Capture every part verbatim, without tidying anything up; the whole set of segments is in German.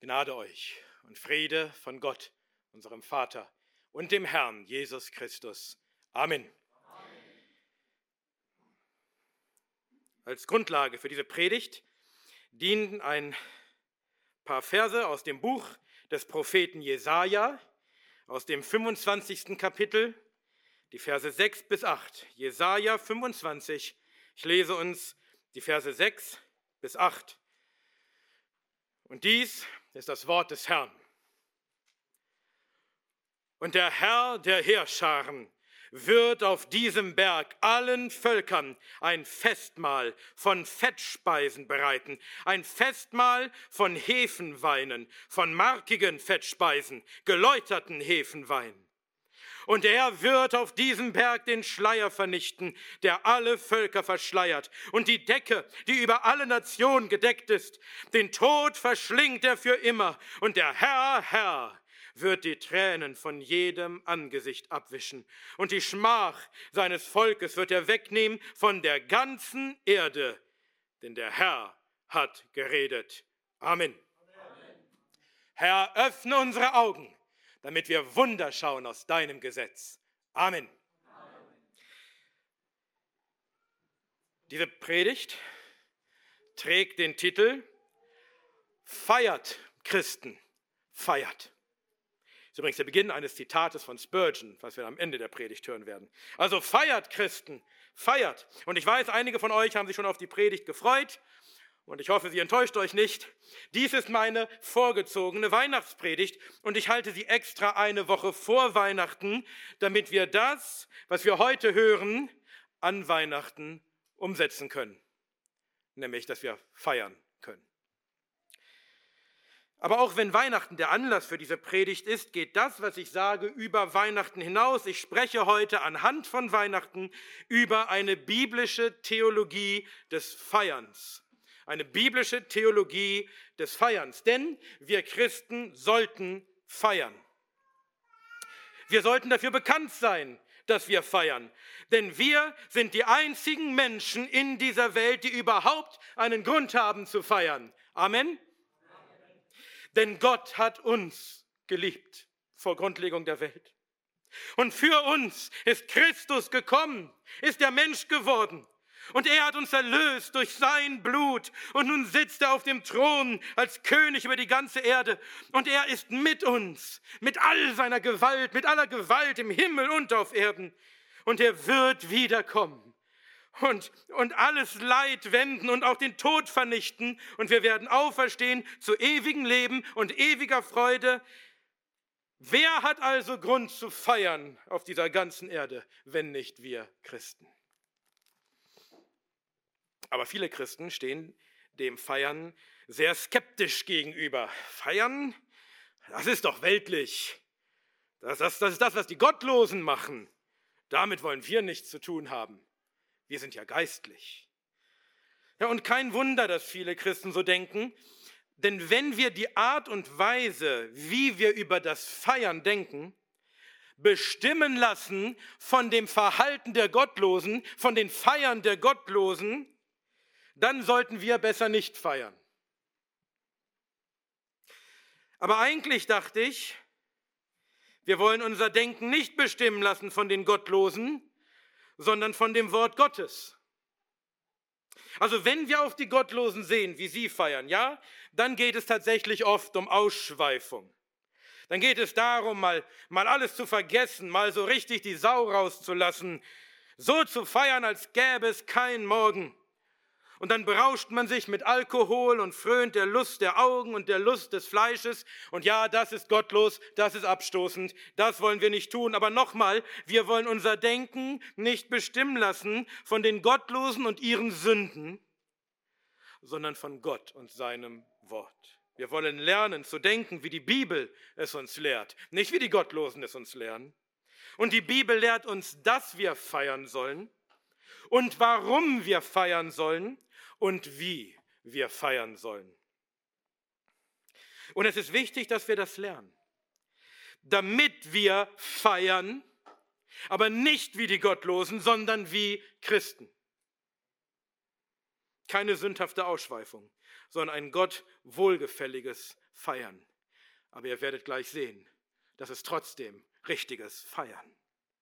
Gnade euch und Friede von Gott, unserem Vater und dem Herrn Jesus Christus. Amen. Amen. Als Grundlage für diese Predigt dienen ein paar Verse aus dem Buch des Propheten Jesaja, aus dem fünfundzwanzigsten Kapitel, die Verse sechs bis acht. Jesaja fünfundzwanzig, ich lese uns die Verse sechs bis acht. Und dies ist das Wort des Herrn. Und der Herr der Heerscharen wird auf diesem Berg allen Völkern ein Festmahl von Fettspeisen bereiten, ein Festmahl von Hefenweinen, von markigen Fettspeisen, geläuterten Hefenwein. Und er wird auf diesem Berg den Schleier vernichten, der alle Völker verschleiert, und die Decke, die über alle Nationen gedeckt ist. Den Tod verschlingt er für immer, und der Herr, Herr, wird die Tränen von jedem Angesicht abwischen. Und die Schmach seines Volkes wird er wegnehmen von der ganzen Erde, denn der Herr hat geredet. Amen. Amen. Herr, öffne unsere Augen, damit wir Wunder schauen aus deinem Gesetz. Amen. Amen. Diese Predigt trägt den Titel Feiert, Christen, feiert. Das ist übrigens der Beginn eines Zitates von Spurgeon, was wir am Ende der Predigt hören werden. Also feiert, Christen, feiert. Und ich weiß, einige von euch haben sich schon auf die Predigt gefreut. Und ich hoffe, sie enttäuscht euch nicht. Dies ist meine vorgezogene Weihnachtspredigt und ich halte sie extra eine Woche vor Weihnachten, damit wir das, was wir heute hören, an Weihnachten umsetzen können. Nämlich, dass wir feiern können. Aber auch wenn Weihnachten der Anlass für diese Predigt ist, geht das, was ich sage, über Weihnachten hinaus. Ich spreche heute anhand von Weihnachten über eine biblische Theologie des Feierns. Eine biblische Theologie des Feierns, denn wir Christen sollten feiern. Wir sollten dafür bekannt sein, dass wir feiern, denn wir sind die einzigen Menschen in dieser Welt, die überhaupt einen Grund haben zu feiern. Amen? Amen. Denn Gott hat uns geliebt vor Grundlegung der Welt. Und für uns ist Christus gekommen, ist der Mensch geworden. Und er hat uns erlöst durch sein Blut und nun sitzt er auf dem Thron als König über die ganze Erde und er ist mit uns, mit all seiner Gewalt, mit aller Gewalt im Himmel und auf Erden und er wird wiederkommen und, und alles Leid wenden und auch den Tod vernichten und wir werden auferstehen zu ewigem Leben und ewiger Freude. Wer hat also Grund zu feiern auf dieser ganzen Erde, wenn nicht wir Christen? Aber viele Christen stehen dem Feiern sehr skeptisch gegenüber. Feiern, das ist doch weltlich. Das, das, das ist das, was die Gottlosen machen. Damit wollen wir nichts zu tun haben. Wir sind ja geistlich. Ja, und kein Wunder, dass viele Christen so denken, denn wenn wir die Art und Weise, wie wir über das Feiern denken, bestimmen lassen von dem Verhalten der Gottlosen, von den Feiern der Gottlosen, dann sollten wir besser nicht feiern. Aber eigentlich dachte ich, wir wollen unser Denken nicht bestimmen lassen von den Gottlosen, sondern von dem Wort Gottes. Also wenn wir auf die Gottlosen sehen, wie sie feiern, ja, dann geht es tatsächlich oft um Ausschweifung. Dann geht es darum, mal, mal alles zu vergessen, mal so richtig die Sau rauszulassen, so zu feiern, als gäbe es keinen Morgen. Und dann berauscht man sich mit Alkohol und frönt der Lust der Augen und der Lust des Fleisches. Und ja, das ist gottlos, das ist abstoßend, das wollen wir nicht tun. Aber nochmal, wir wollen unser Denken nicht bestimmen lassen von den Gottlosen und ihren Sünden, sondern von Gott und seinem Wort. Wir wollen lernen zu denken, wie die Bibel es uns lehrt, nicht wie die Gottlosen es uns lehren. Und die Bibel lehrt uns, dass wir feiern sollen und warum wir feiern sollen und wie wir feiern sollen. Und es ist wichtig, dass wir das lernen, damit wir feiern, aber nicht wie die Gottlosen, sondern wie Christen. keine sündhafte Ausschweifung, sondern ein Gott wohlgefälliges Feiern. Aber ihr werdet gleich sehen, das ist trotzdem richtiges Feiern.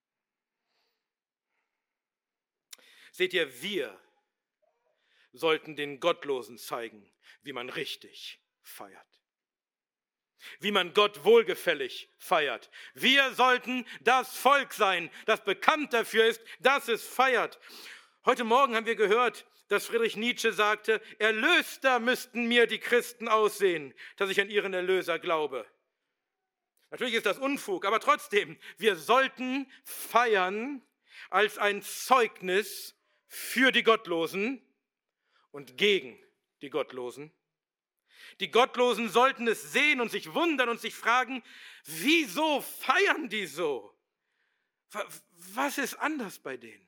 Seht ihr, wir sollten den Gottlosen zeigen, wie man richtig feiert. Wie man Gott wohlgefällig feiert. Wir sollten das Volk sein, das bekannt dafür ist, dass es feiert. Heute Morgen haben wir gehört, dass Friedrich Nietzsche sagte, erlöster müssten mir die Christen aussehen, dass ich an ihren Erlöser glaube. Natürlich ist das Unfug, aber trotzdem, wir sollten feiern als ein Zeugnis für die Gottlosen und gegen die Gottlosen. Die Gottlosen sollten es sehen und sich wundern und sich fragen, wieso feiern die so? Was ist anders bei denen?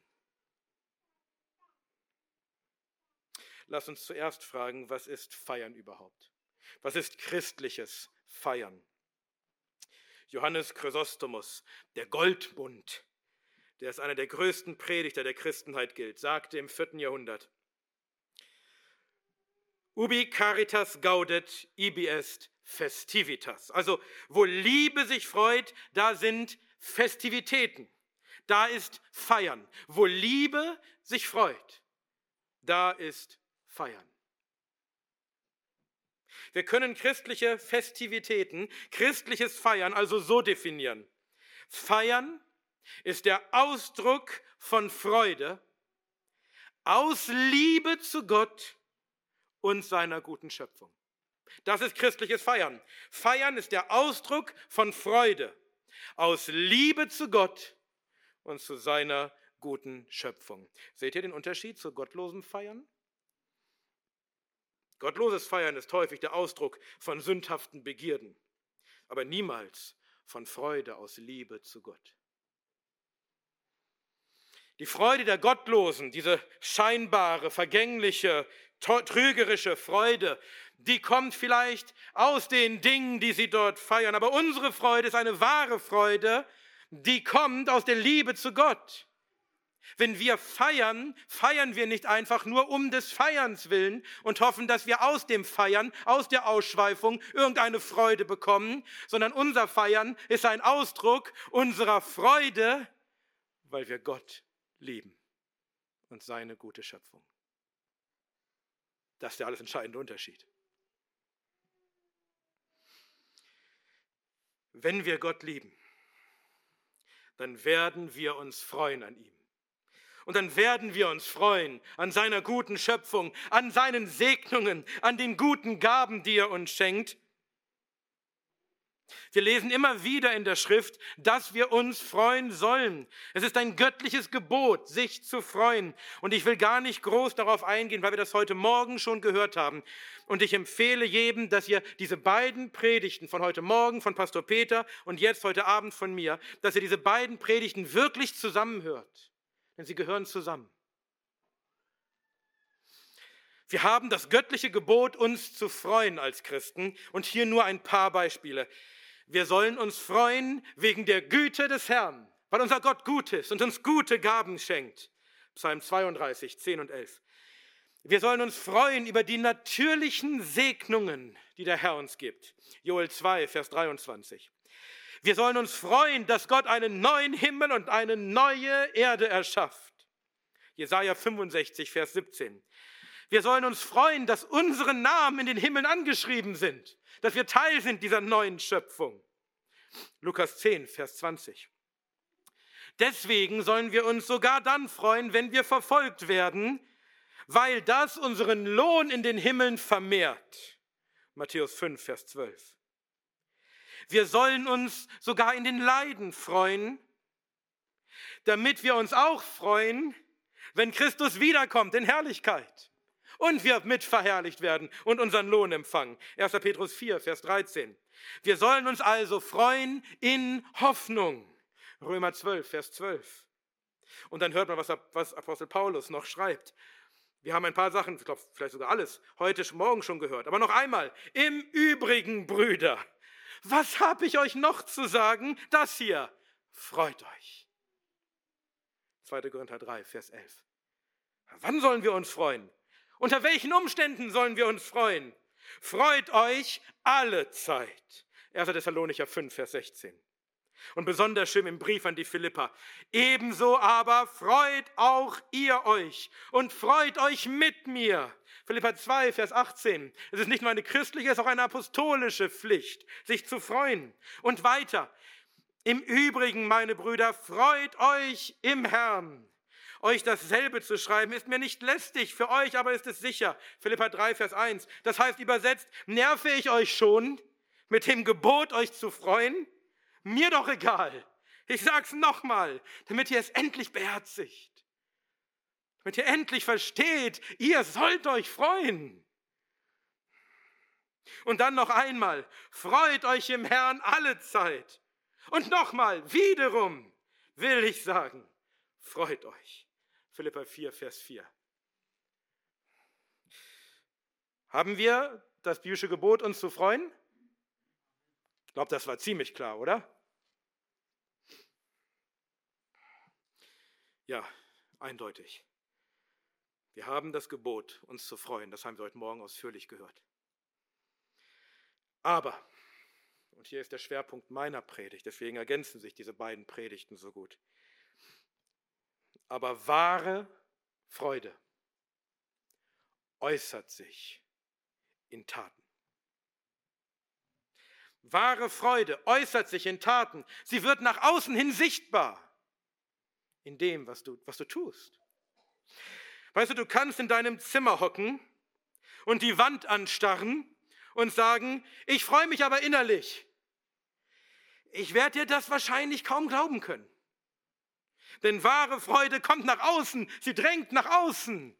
Lass uns zuerst fragen, was ist Feiern überhaupt? Was ist christliches Feiern? Johannes Chrysostomus, der Goldmund, der als einer der größten Prediger der Christenheit gilt, sagte im vierten Jahrhundert, Ubi caritas gaudet, ibi est festivitas. Also, wo Liebe sich freut, da sind Festivitäten. Da ist Feiern. Wo Liebe sich freut, da ist Feiern. Wir können christliche Festivitäten, christliches Feiern also so definieren. Feiern ist der Ausdruck von Freude aus Liebe zu Gott und seiner guten Schöpfung. Das ist christliches Feiern. Feiern ist der Ausdruck von Freude aus Liebe zu Gott und zu seiner guten Schöpfung. Seht ihr den Unterschied zu gottlosen Feiern? Gottloses Feiern ist häufig der Ausdruck von sündhaften Begierden, aber niemals von Freude aus Liebe zu Gott. Die Freude der Gottlosen, diese scheinbare, vergängliche, trügerische Freude, die kommt vielleicht aus den Dingen, die sie dort feiern. Aber unsere Freude ist eine wahre Freude, die kommt aus der Liebe zu Gott. Wenn wir feiern, feiern wir nicht einfach nur um des Feierns willen und hoffen, dass wir aus dem Feiern, aus der Ausschweifung irgendeine Freude bekommen, sondern unser Feiern ist ein Ausdruck unserer Freude, weil wir Gott lieben und seine gute Schöpfung. Das ist der alles entscheidende Unterschied. Wenn wir Gott lieben, dann werden wir uns freuen an ihm. Und dann werden wir uns freuen an seiner guten Schöpfung, an seinen Segnungen, an den guten Gaben, die er uns schenkt. Wir lesen immer wieder in der Schrift, dass wir uns freuen sollen. Es ist ein göttliches Gebot, sich zu freuen. Und ich will gar nicht groß darauf eingehen, weil wir das heute Morgen schon gehört haben. Und ich empfehle jedem, dass ihr diese beiden Predigten von heute Morgen, von Pastor Peter und jetzt heute Abend von mir, dass ihr diese beiden Predigten wirklich zusammenhört. Denn sie gehören zusammen. Wir haben das göttliche Gebot, uns zu freuen als Christen. Und hier nur ein paar Beispiele. Wir sollen uns freuen wegen der Güte des Herrn, weil unser Gott gut ist und uns gute Gaben schenkt. Psalm zweiunddreißig, zehn und elf. Wir sollen uns freuen über die natürlichen Segnungen, die der Herr uns gibt. Joel zwei, Vers dreiundzwanzig. Wir sollen uns freuen, dass Gott einen neuen Himmel und eine neue Erde erschafft. Jesaja fünfundsechzig, Vers siebzehn. Wir sollen uns freuen, dass unsere Namen in den Himmeln angeschrieben sind, dass wir Teil sind dieser neuen Schöpfung. Lukas zehn, Vers zwanzig. Deswegen sollen wir uns sogar dann freuen, wenn wir verfolgt werden, weil das unseren Lohn in den Himmeln vermehrt. Matthäus fünf, Vers zwölf. Wir sollen uns sogar in den Leiden freuen, damit wir uns auch freuen, wenn Christus wiederkommt in Herrlichkeit und wir mit verherrlicht werden und unseren Lohn empfangen. erster Petrus vier, Vers dreizehn. Wir sollen uns also freuen in Hoffnung. Römer zwölf, Vers zwölf. Und dann hört man, was, was Apostel Paulus noch schreibt. Wir haben ein paar Sachen, ich glaube vielleicht sogar alles, heute Morgen schon gehört. Aber noch einmal, im Übrigen, Brüder, was habe ich euch noch zu sagen? Das hier, freut euch. zweiter Korinther drei, Vers elf. Wann sollen wir uns freuen? Unter welchen Umständen sollen wir uns freuen? Freut euch alle Zeit. erster Thessalonicher fünf, Vers sechzehn. Und besonders schön im Brief an die Philipper. Ebenso aber freut auch ihr euch und freut euch mit mir. Philipper zwei, Vers achtzehn. Es ist nicht nur eine christliche, es ist auch eine apostolische Pflicht, sich zu freuen. Und weiter. Im Übrigen, meine Brüder, freut euch im Herrn. Euch dasselbe zu schreiben, ist mir nicht lästig, für euch aber ist es sicher. Philipper drei, Vers eins. Das heißt übersetzt, nerve ich euch schon mit dem Gebot, euch zu freuen? Mir doch egal. Ich sag's nochmal, damit ihr es endlich beherzigt. Damit ihr endlich versteht, ihr sollt euch freuen. Und dann noch einmal, freut euch im Herrn alle Zeit. Und nochmal, wiederum will ich sagen, freut euch. Philipper vier, Vers vier. Haben wir das biblische Gebot, uns zu freuen? Ich glaube, das war ziemlich klar, oder? Ja, eindeutig. Wir haben das Gebot, uns zu freuen. Das haben wir heute Morgen ausführlich gehört. Aber, und hier ist der Schwerpunkt meiner Predigt, deswegen ergänzen sich diese beiden Predigten so gut. Aber wahre Freude äußert sich in Taten. Wahre Freude äußert sich in Taten. Sie wird nach außen hin sichtbar in dem, was du, was du tust. Weißt du, du kannst in deinem Zimmer hocken und die Wand anstarren und sagen, ich freue mich aber innerlich. Ich werde dir das wahrscheinlich kaum glauben können. Denn wahre Freude kommt nach außen, sie drängt nach außen.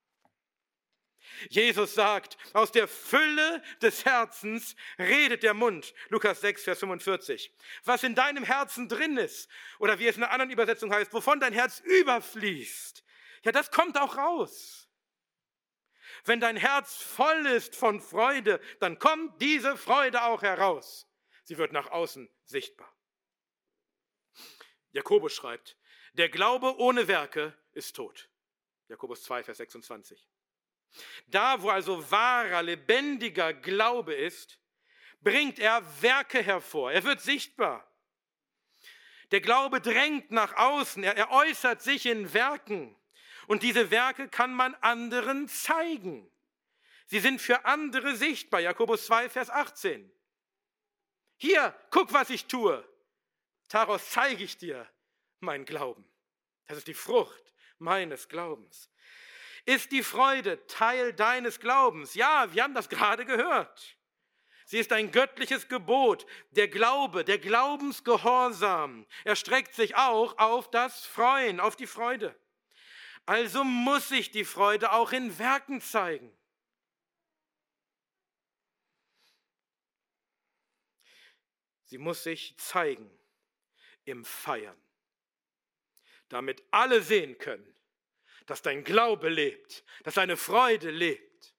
Jesus sagt, aus der Fülle des Herzens redet der Mund. Lukas sechs, Vers fünfundvierzig. Was in deinem Herzen drin ist, oder wie es in einer anderen Übersetzung heißt, wovon dein Herz überfließt, ja, das kommt auch raus. Wenn dein Herz voll ist von Freude, dann kommt diese Freude auch heraus. Sie wird nach außen sichtbar. Jakobus schreibt, der Glaube ohne Werke ist tot. Jakobus zwei, Vers sechsundzwanzig. Da, wo also wahrer, lebendiger Glaube ist, bringt er Werke hervor. Er wird sichtbar. Der Glaube drängt nach außen. Er, er äußert sich in Werken. Und diese Werke kann man anderen zeigen. Sie sind für andere sichtbar. Jakobus zwei, Vers achtzehn. Hier, guck, was ich tue. Daraus zeige ich dir mein Glauben. Das ist die Frucht meines Glaubens. Ist die Freude Teil deines Glaubens? Ja, wir haben das gerade gehört. Sie ist ein göttliches Gebot. Der Glaube, der Glaubensgehorsam erstreckt sich auch auf das Freuen, auf die Freude. Also muss sich die Freude auch in Werken zeigen. Sie muss sich zeigen im Feiern, damit alle sehen können, dass dein Glaube lebt, dass deine Freude lebt.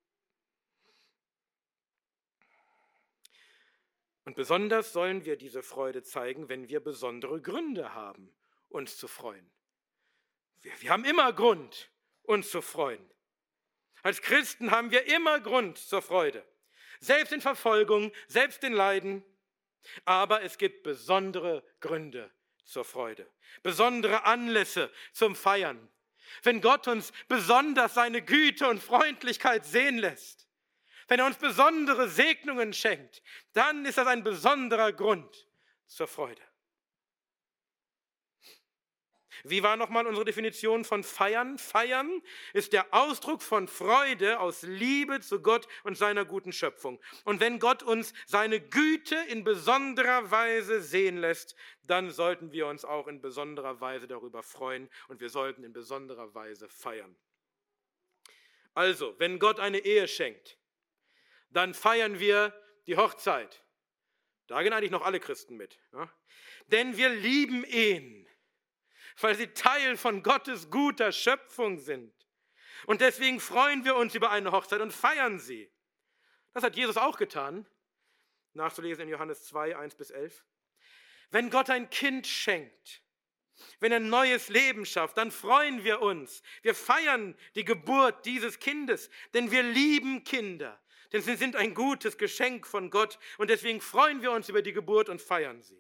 Und besonders sollen wir diese Freude zeigen, wenn wir besondere Gründe haben, uns zu freuen. Wir, wir haben immer Grund, uns zu freuen. Als Christen haben wir immer Grund zur Freude. Selbst in Verfolgung, selbst in Leiden. Aber es gibt besondere Gründe zur Freude. Besondere Anlässe zum Feiern. Wenn Gott uns besonders seine Güte und Freundlichkeit sehen lässt, wenn er uns besondere Segnungen schenkt, dann ist das ein besonderer Grund zur Freude. Wie war nochmal unsere Definition von Feiern? Feiern ist der Ausdruck von Freude aus Liebe zu Gott und seiner guten Schöpfung. Und wenn Gott uns seine Güte in besonderer Weise sehen lässt, dann sollten wir uns auch in besonderer Weise darüber freuen und wir sollten in besonderer Weise feiern. Also, wenn Gott eine Ehe schenkt, dann feiern wir die Hochzeit. Da gehen eigentlich noch alle Christen mit. Ja? Denn wir lieben Ehen, weil sie Teil von Gottes guter Schöpfung sind. Und deswegen freuen wir uns über eine Hochzeit und feiern sie. Das hat Jesus auch getan, nachzulesen in Johannes zwei, eins bis elf. Wenn Gott ein Kind schenkt, wenn er neues Leben schafft, dann freuen wir uns. Wir feiern die Geburt dieses Kindes, denn wir lieben Kinder. Denn sie sind ein gutes Geschenk von Gott und deswegen freuen wir uns über die Geburt und feiern sie.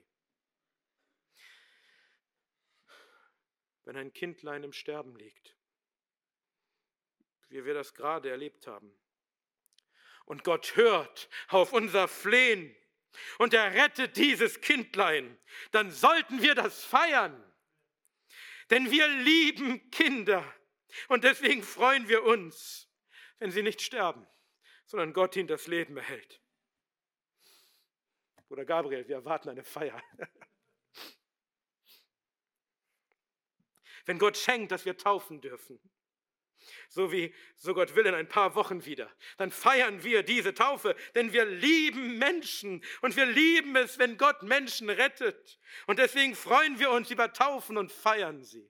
Wenn ein Kindlein im Sterben liegt, wie wir das gerade erlebt haben, und Gott hört auf unser Flehen und er rettet dieses Kindlein, dann sollten wir das feiern. Denn wir lieben Kinder und deswegen freuen wir uns, wenn sie nicht sterben, sondern Gott ihnen das Leben erhält. Bruder Gabriel, wir erwarten eine Feier. Wenn Gott schenkt, dass wir taufen dürfen, so wie, so Gott will, in ein paar Wochen wieder, dann feiern wir diese Taufe, denn wir lieben Menschen und wir lieben es, wenn Gott Menschen rettet. Und deswegen freuen wir uns über Taufen und feiern sie.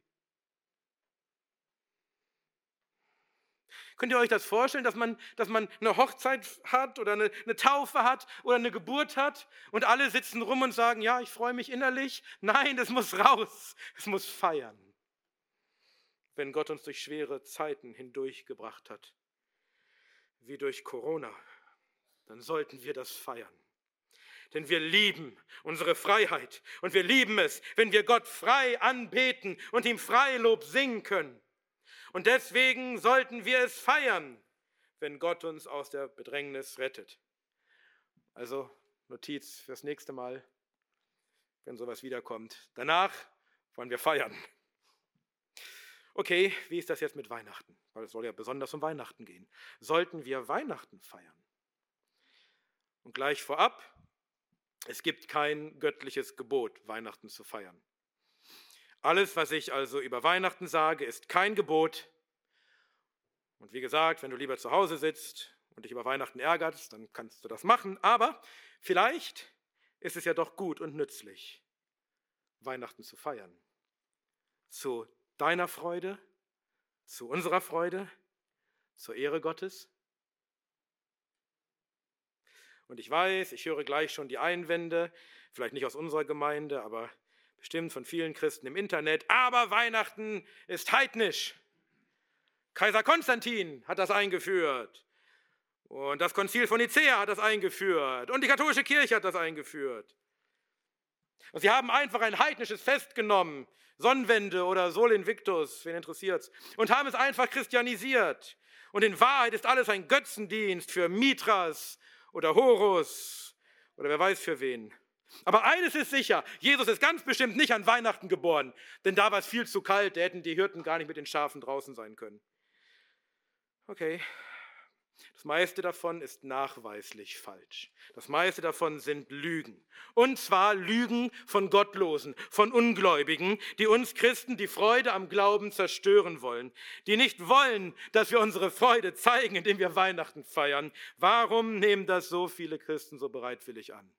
Könnt ihr euch das vorstellen, dass man, dass man eine Hochzeit hat oder eine, eine Taufe hat oder eine Geburt hat und alle sitzen rum und sagen, ja, ich freue mich innerlich? Nein, das muss raus, es muss feiern. Wenn Gott uns durch schwere Zeiten hindurchgebracht hat, wie durch Corona, dann sollten wir das feiern. Denn wir lieben unsere Freiheit und wir lieben es, wenn wir Gott frei anbeten und ihm Freilob singen können. Und deswegen sollten wir es feiern, wenn Gott uns aus der Bedrängnis rettet. Also Notiz fürs nächste Mal, wenn sowas wiederkommt. Danach wollen wir feiern. Okay, wie ist das jetzt mit Weihnachten? Weil es soll ja besonders um Weihnachten gehen. Sollten wir Weihnachten feiern? Und gleich vorab, es gibt kein göttliches Gebot, Weihnachten zu feiern. Alles, was ich also über Weihnachten sage, ist kein Gebot. Und wie gesagt, wenn du lieber zu Hause sitzt und dich über Weihnachten ärgerst, dann kannst du das machen. Aber vielleicht ist es ja doch gut und nützlich, Weihnachten zu feiern. Zu deiner Freude, zu unserer Freude, zur Ehre Gottes. Und ich weiß, ich höre gleich schon die Einwände, vielleicht nicht aus unserer Gemeinde, aber bestimmt von vielen Christen im Internet. Aber Weihnachten ist heidnisch. Kaiser Konstantin hat das eingeführt. Und das Konzil von Nicäa hat das eingeführt. Und die katholische Kirche hat das eingeführt. Und sie haben einfach ein heidnisches Fest genommen, Sonnenwende oder Sol Invictus, wen interessiert's, und haben es einfach christianisiert. Und in Wahrheit ist alles ein Götzendienst für Mithras oder Horus oder wer weiß für wen. Aber eines ist sicher, Jesus ist ganz bestimmt nicht an Weihnachten geboren, denn da war es viel zu kalt, da hätten die Hirten gar nicht mit den Schafen draußen sein können. Okay, das meiste davon ist nachweislich falsch. Das meiste davon sind Lügen. Und zwar Lügen von Gottlosen, von Ungläubigen, die uns Christen die Freude am Glauben zerstören wollen. Die nicht wollen, dass wir unsere Freude zeigen, indem wir Weihnachten feiern. Warum nehmen das so viele Christen so bereitwillig an?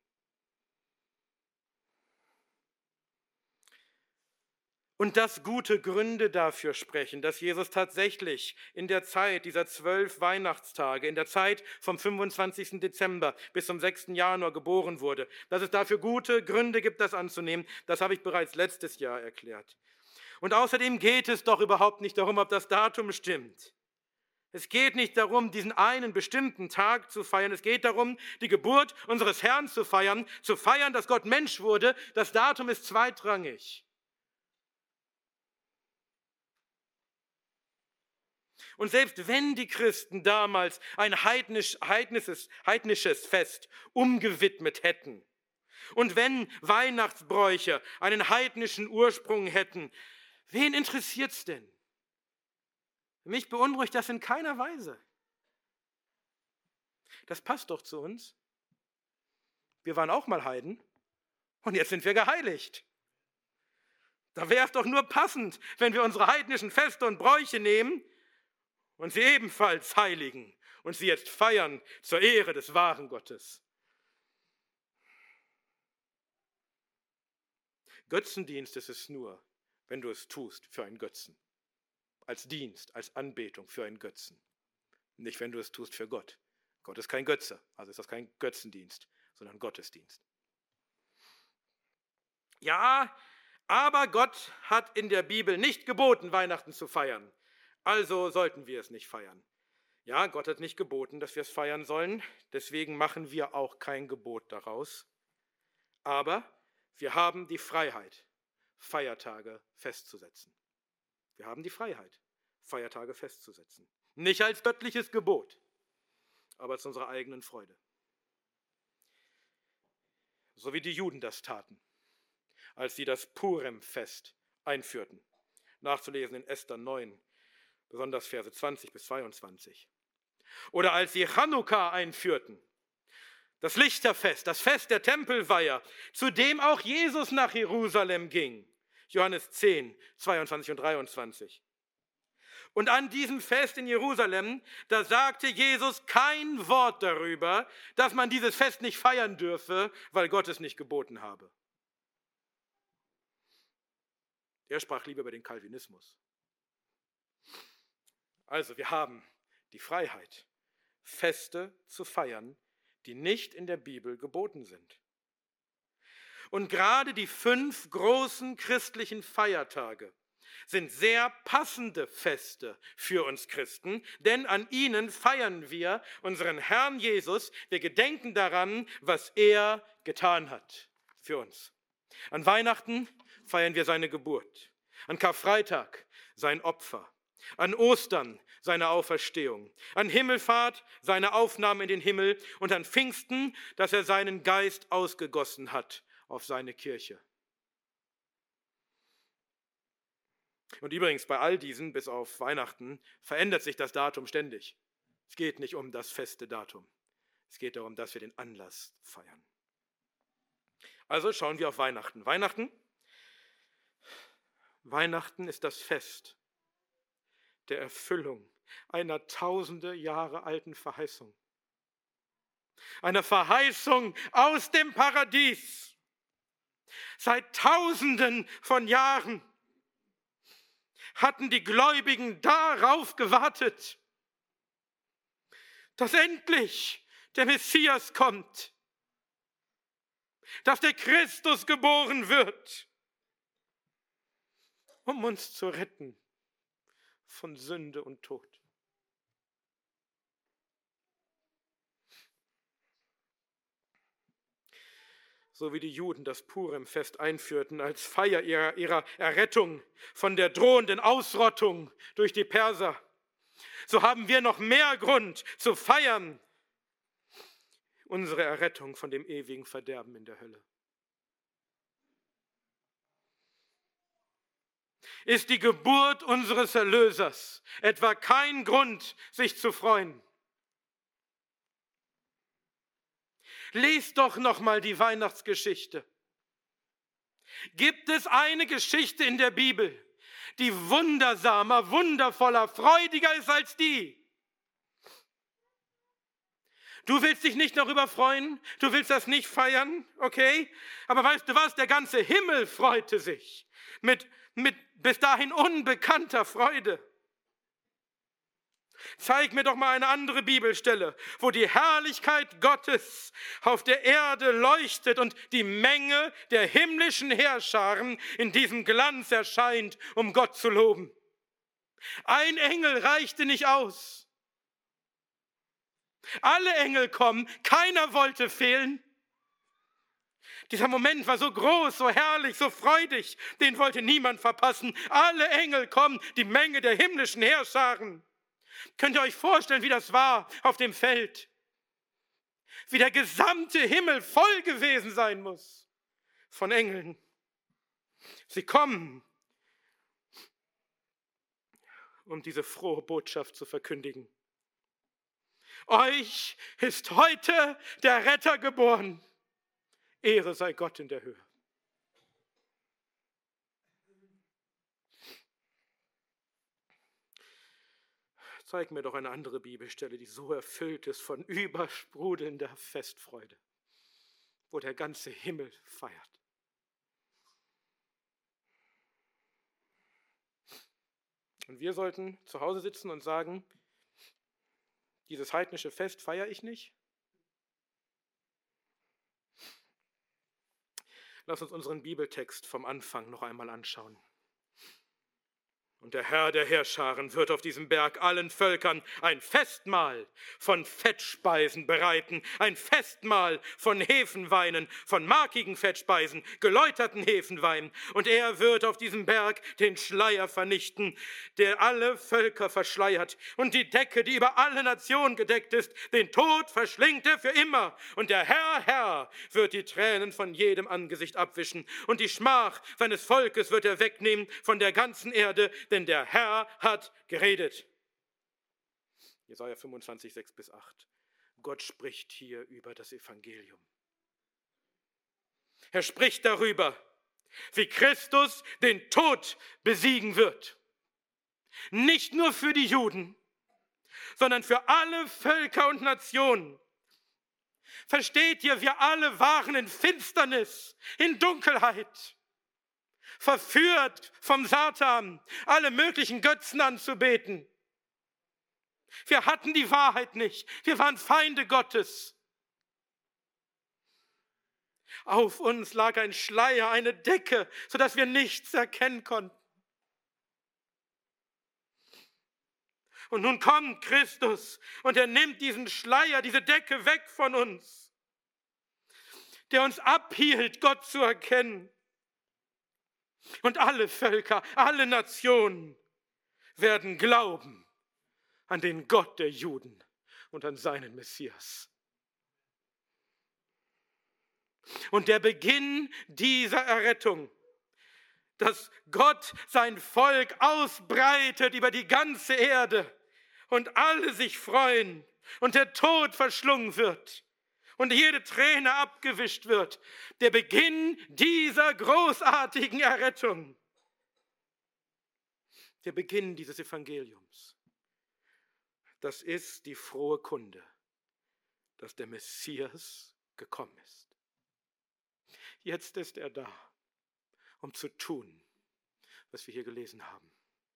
Und dass gute Gründe dafür sprechen, dass Jesus tatsächlich in der Zeit dieser zwölf Weihnachtstage, in der Zeit vom fünfundzwanzigsten Dezember bis zum sechsten Januar geboren wurde, dass es dafür gute Gründe gibt, das anzunehmen, das habe ich bereits letztes Jahr erklärt. Und außerdem geht es doch überhaupt nicht darum, ob das Datum stimmt. Es geht nicht darum, diesen einen bestimmten Tag zu feiern. Es geht darum, die Geburt unseres Herrn zu feiern, zu feiern, dass Gott Mensch wurde. Das Datum ist zweitrangig. Und selbst wenn die Christen damals ein heidnisch, heidnisches, heidnisches Fest umgewidmet hätten und wenn Weihnachtsbräuche einen heidnischen Ursprung hätten, wen interessiert's denn? Mich beunruhigt das in keiner Weise. Das passt doch zu uns. Wir waren auch mal Heiden und jetzt sind wir geheiligt. Da wäre es doch nur passend, wenn wir unsere heidnischen Feste und Bräuche nehmen und sie ebenfalls heiligen und sie jetzt feiern zur Ehre des wahren Gottes. Götzendienst ist es nur, wenn du es tust für einen Götzen. Als Dienst, als Anbetung für einen Götzen. Nicht, wenn du es tust für Gott. Gott ist kein Götze, also ist das kein Götzendienst, sondern Gottesdienst. Ja, Aber Gott hat in der Bibel nicht geboten, Weihnachten zu feiern. Also sollten wir es nicht feiern. Ja, Gott hat nicht geboten, dass wir es feiern sollen. Deswegen machen wir auch kein Gebot daraus. Aber wir haben die Freiheit, Feiertage festzusetzen. Wir haben die Freiheit, Feiertage festzusetzen. Nicht als göttliches Gebot, aber zu unserer eigenen Freude. So wie die Juden das taten, als sie das Purim-Fest einführten. Nachzulesen in Esther neun, besonders Verse zwanzig bis zweiundzwanzig. Oder als sie Chanukka einführten, das Lichterfest, das Fest der Tempelweiher, zu dem auch Jesus nach Jerusalem ging. Johannes zehn, zweiundzwanzig und dreiundzwanzig. Und an diesem Fest in Jerusalem, da sagte Jesus kein Wort darüber, dass man dieses Fest nicht feiern dürfe, weil Gott es nicht geboten habe. Er sprach lieber über den Calvinismus. Also wir haben die Freiheit, Feste zu feiern, die nicht in der Bibel geboten sind. Und gerade die fünf großen christlichen Feiertage sind sehr passende Feste für uns Christen, denn an ihnen feiern wir unseren Herrn Jesus. Wir gedenken daran, was er getan hat für uns. An Weihnachten feiern wir seine Geburt, an Karfreitag sein Opfer, an Ostern seine Auferstehung, an Himmelfahrt seine Aufnahme in den Himmel und an Pfingsten, dass er seinen Geist ausgegossen hat auf seine Kirche. Und übrigens, bei all diesen, bis auf Weihnachten, verändert sich das Datum ständig. Es geht nicht um das feste Datum. Es geht darum, dass wir den Anlass feiern. Also schauen wir auf Weihnachten. Weihnachten, Weihnachten ist das Fest der Erfüllung einer tausende Jahre alten Verheißung. Einer Verheißung aus dem Paradies. Seit Tausenden von Jahren hatten die Gläubigen darauf gewartet, dass endlich der Messias kommt, dass der Christus geboren wird, um uns zu retten von Sünde und Tod. So wie die Juden das Purim-Fest einführten als Feier ihrer, ihrer Errettung von der drohenden Ausrottung durch die Perser, so haben wir noch mehr Grund zu feiern unsere Errettung von dem ewigen Verderben in der Hölle. Ist die Geburt unseres Erlösers etwa kein Grund, sich zu freuen? Lest doch noch mal die Weihnachtsgeschichte. Gibt es eine Geschichte in der Bibel, die wundersamer, wundervoller, freudiger ist als die? Du willst dich nicht darüber freuen? Du willst das nicht feiern? Okay? Aber weißt du was? Der ganze Himmel freute sich mit, mit bis dahin unbekannter Freude. Zeig mir doch mal eine andere Bibelstelle, wo die Herrlichkeit Gottes auf der Erde leuchtet und die Menge der himmlischen Heerscharen in diesem Glanz erscheint, um Gott zu loben. Ein Engel reichte nicht aus. Alle Engel kommen, keiner wollte fehlen. Dieser Moment war so groß, so herrlich, so freudig, den wollte niemand verpassen. Alle Engel kommen, die Menge der himmlischen Heerscharen. Könnt ihr euch vorstellen, wie das war auf dem Feld? Wie der gesamte Himmel voll gewesen sein muss von Engeln. Sie kommen, um diese frohe Botschaft zu verkündigen. Euch ist heute der Retter geboren. Ehre sei Gott in der Höhe. Zeig mir doch eine andere Bibelstelle, die so erfüllt ist von übersprudelnder Festfreude, wo der ganze Himmel feiert. Und wir sollten zu Hause sitzen und sagen, dieses heidnische Fest feiere ich nicht. Lass uns unseren Bibeltext vom Anfang noch einmal anschauen. Und der Herr der Heerscharen wird auf diesem Berg allen Völkern ein Festmahl von Fettspeisen bereiten, ein Festmahl von Hefenweinen, von markigen Fettspeisen, geläuterten Hefenwein. Und er wird auf diesem Berg den Schleier vernichten, der alle Völker verschleiert. Und die Decke, die über alle Nationen gedeckt ist, den Tod verschlingt er für immer. Und der Herr, Herr, wird die Tränen von jedem Angesicht abwischen. Und die Schmach seines Volkes wird er wegnehmen von der ganzen Erde, denn der Herr hat geredet. Jesaja fünfundzwanzig, sechs bis acht. Gott spricht hier über das Evangelium. Er spricht darüber, wie Christus den Tod besiegen wird. Nicht nur für die Juden, sondern für alle Völker und Nationen. Versteht ihr, wir alle waren in Finsternis, in Dunkelheit. Verführt vom Satan, alle möglichen Götzen anzubeten. Wir hatten die Wahrheit nicht. Wir waren Feinde Gottes. Auf uns lag ein Schleier, eine Decke, sodass wir nichts erkennen konnten. Und nun kommt Christus und er nimmt diesen Schleier, diese Decke weg von uns, der uns abhielt, Gott zu erkennen. Und alle Völker, alle Nationen werden glauben an den Gott der Juden und an seinen Messias. Und der Beginn dieser Errettung, dass Gott sein Volk ausbreitet über die ganze Erde und alle sich freuen und der Tod verschlungen wird und jede Träne abgewischt wird. Der Beginn dieser großartigen Errettung. Der Beginn dieses Evangeliums. Das ist die frohe Kunde, dass der Messias gekommen ist. Jetzt ist er da, um zu tun, was wir hier gelesen haben.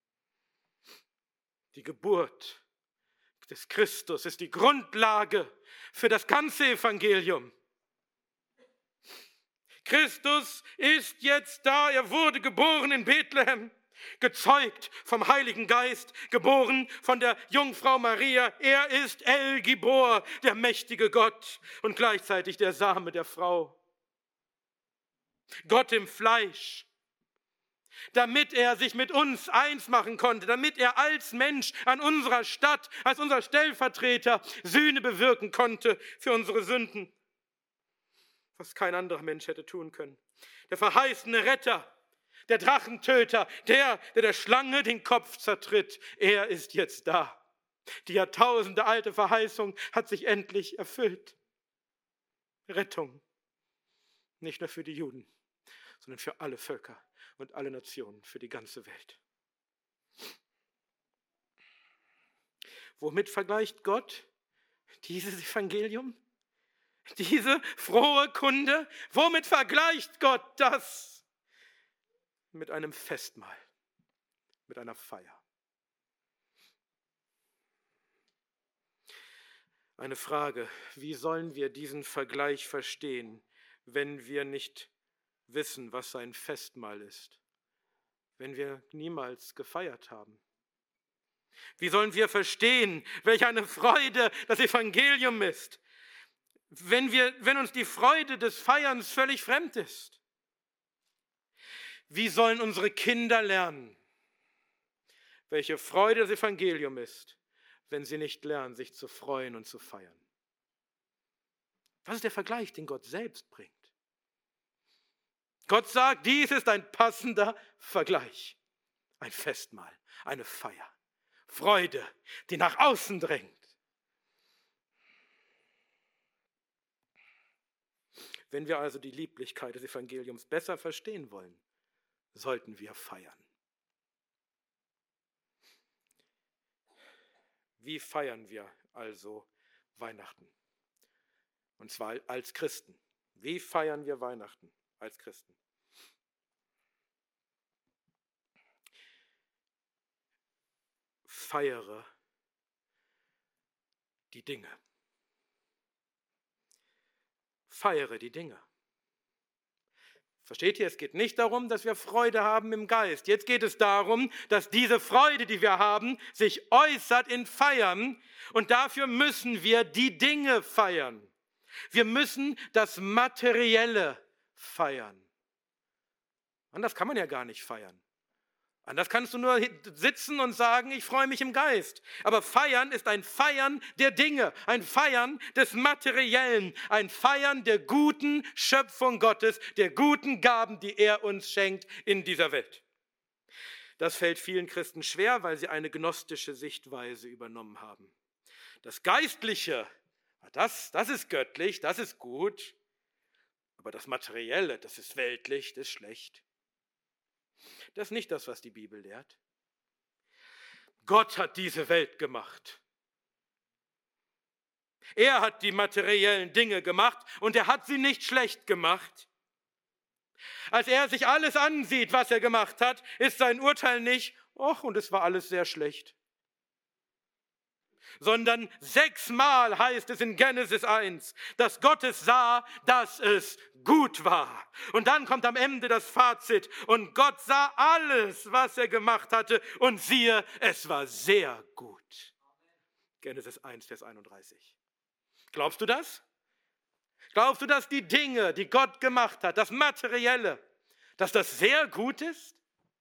Die Geburt des Christus ist die Grundlage für das ganze Evangelium. Christus ist jetzt da, er wurde geboren in Bethlehem, gezeugt vom Heiligen Geist, geboren von der Jungfrau Maria. Er ist El Gibor, der mächtige Gott und gleichzeitig der Same der Frau. Gott im Fleisch, damit er sich mit uns eins machen konnte, damit er als Mensch an unserer Stadt, als unser Stellvertreter Sühne bewirken konnte für unsere Sünden, was kein anderer Mensch hätte tun können. Der verheißene Retter, der Drachentöter, der, der der Schlange den Kopf zertritt, er ist jetzt da. Die Jahrtausende alte Verheißung hat sich endlich erfüllt. Rettung, nicht nur für die Juden, sondern für alle Völker und alle Nationen, für die ganze Welt. Womit vergleicht Gott dieses Evangelium? Diese frohe Kunde? Womit vergleicht Gott das? Mit einem Festmahl, mit einer Feier. Eine Frage: Wie sollen wir diesen Vergleich verstehen, wenn wir nicht wissen, was ein Festmahl ist, wenn wir niemals gefeiert haben? Wie sollen wir verstehen, welch eine Freude das Evangelium ist, wenn, wir, wenn uns die Freude des Feierns völlig fremd ist? Wie sollen unsere Kinder lernen, welche Freude das Evangelium ist, wenn sie nicht lernen, sich zu freuen und zu feiern? Was ist der Vergleich, den Gott selbst bringt? Gott sagt, dies ist ein passender Vergleich. Ein Festmahl, eine Feier. Freude, die nach außen drängt. Wenn wir also die Lieblichkeit des Evangeliums besser verstehen wollen, sollten wir feiern. Wie feiern wir also Weihnachten? Und zwar als Christen. Wie feiern wir Weihnachten als Christen? Feiere die Dinge. Feiere die Dinge. Versteht ihr? Es geht nicht darum, dass wir Freude haben im Geist. Jetzt geht es darum, dass diese Freude, die wir haben, sich äußert in Feiern. Und dafür müssen wir die Dinge feiern. Wir müssen das Materielle feiern. Anders kann man ja gar nicht feiern. Anders kannst du nur sitzen und sagen, ich freue mich im Geist. Aber Feiern ist ein Feiern der Dinge, ein Feiern des Materiellen, ein Feiern der guten Schöpfung Gottes, der guten Gaben, die er uns schenkt in dieser Welt. Das fällt vielen Christen schwer, weil sie eine gnostische Sichtweise übernommen haben. Das Geistliche, das, das ist göttlich, das ist gut, aber das Materielle, das ist weltlich, das ist schlecht. Das ist nicht das, was die Bibel lehrt. Gott hat diese Welt gemacht. Er hat die materiellen Dinge gemacht und er hat sie nicht schlecht gemacht. Als er sich alles ansieht, was er gemacht hat, ist sein Urteil nicht, ach, und es war alles sehr schlecht. Sondern sechsmal heißt es in Genesis eins, dass Gott es sah, dass es gut war. Und dann kommt am Ende das Fazit und Gott sah alles, was er gemacht hatte und siehe, es war sehr gut. Genesis eins, Vers einunddreißig. Glaubst du das? Glaubst du, dass die Dinge, die Gott gemacht hat, das Materielle, dass das sehr gut ist?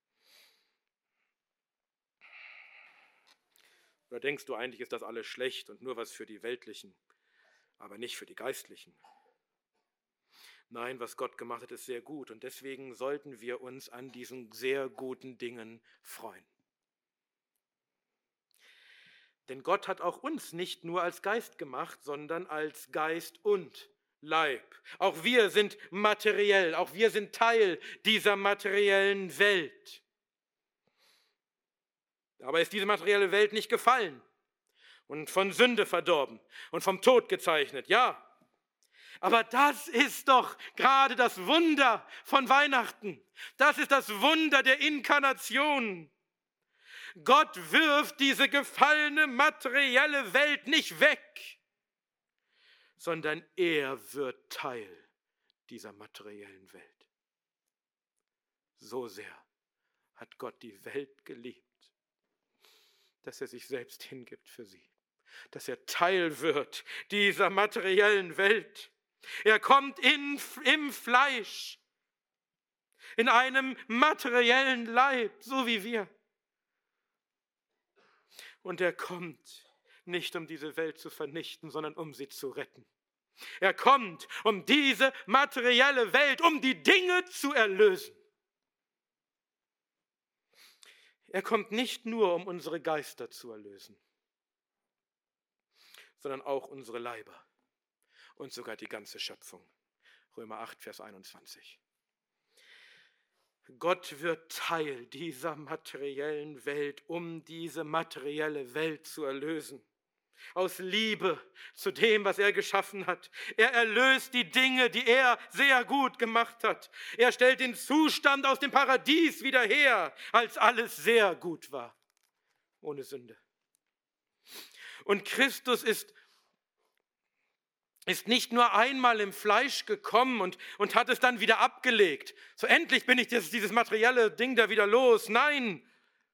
Oder denkst du, eigentlich ist das alles schlecht und nur was für die Weltlichen, aber nicht für die Geistlichen? Nein, was Gott gemacht hat, ist sehr gut und deswegen sollten wir uns an diesen sehr guten Dingen freuen. Denn Gott hat auch uns nicht nur als Geist gemacht, sondern als Geist und Leib. Auch wir sind materiell, auch wir sind Teil dieser materiellen Welt. Aber ist diese materielle Welt nicht gefallen und von Sünde verdorben und vom Tod gezeichnet? Ja, aber das ist doch gerade das Wunder von Weihnachten. Das ist das Wunder der Inkarnation. Gott wirft diese gefallene materielle Welt nicht weg, sondern er wird Teil dieser materiellen Welt. So sehr hat Gott die Welt geliebt, dass er sich selbst hingibt für sie, dass er Teil wird dieser materiellen Welt. Er kommt in, im Fleisch, in einem materiellen Leib, so wie wir. Und er kommt nicht, um diese Welt zu vernichten, sondern um sie zu retten. Er kommt, um diese materielle Welt, um die Dinge zu erlösen. Er kommt nicht nur, um unsere Geister zu erlösen, sondern auch unsere Leiber und sogar die ganze Schöpfung. Römer acht, Vers einundzwanzig. Gott wird Teil dieser materiellen Welt, um diese materielle Welt zu erlösen. Aus Liebe zu dem, was er geschaffen hat. Er erlöst die Dinge, die er sehr gut gemacht hat. Er stellt den Zustand aus dem Paradies wieder her, als alles sehr gut war, ohne Sünde. Und Christus ist, ist nicht nur einmal im Fleisch gekommen und, und hat es dann wieder abgelegt. So endlich bin ich das, dieses materielle Ding da wieder los. Nein,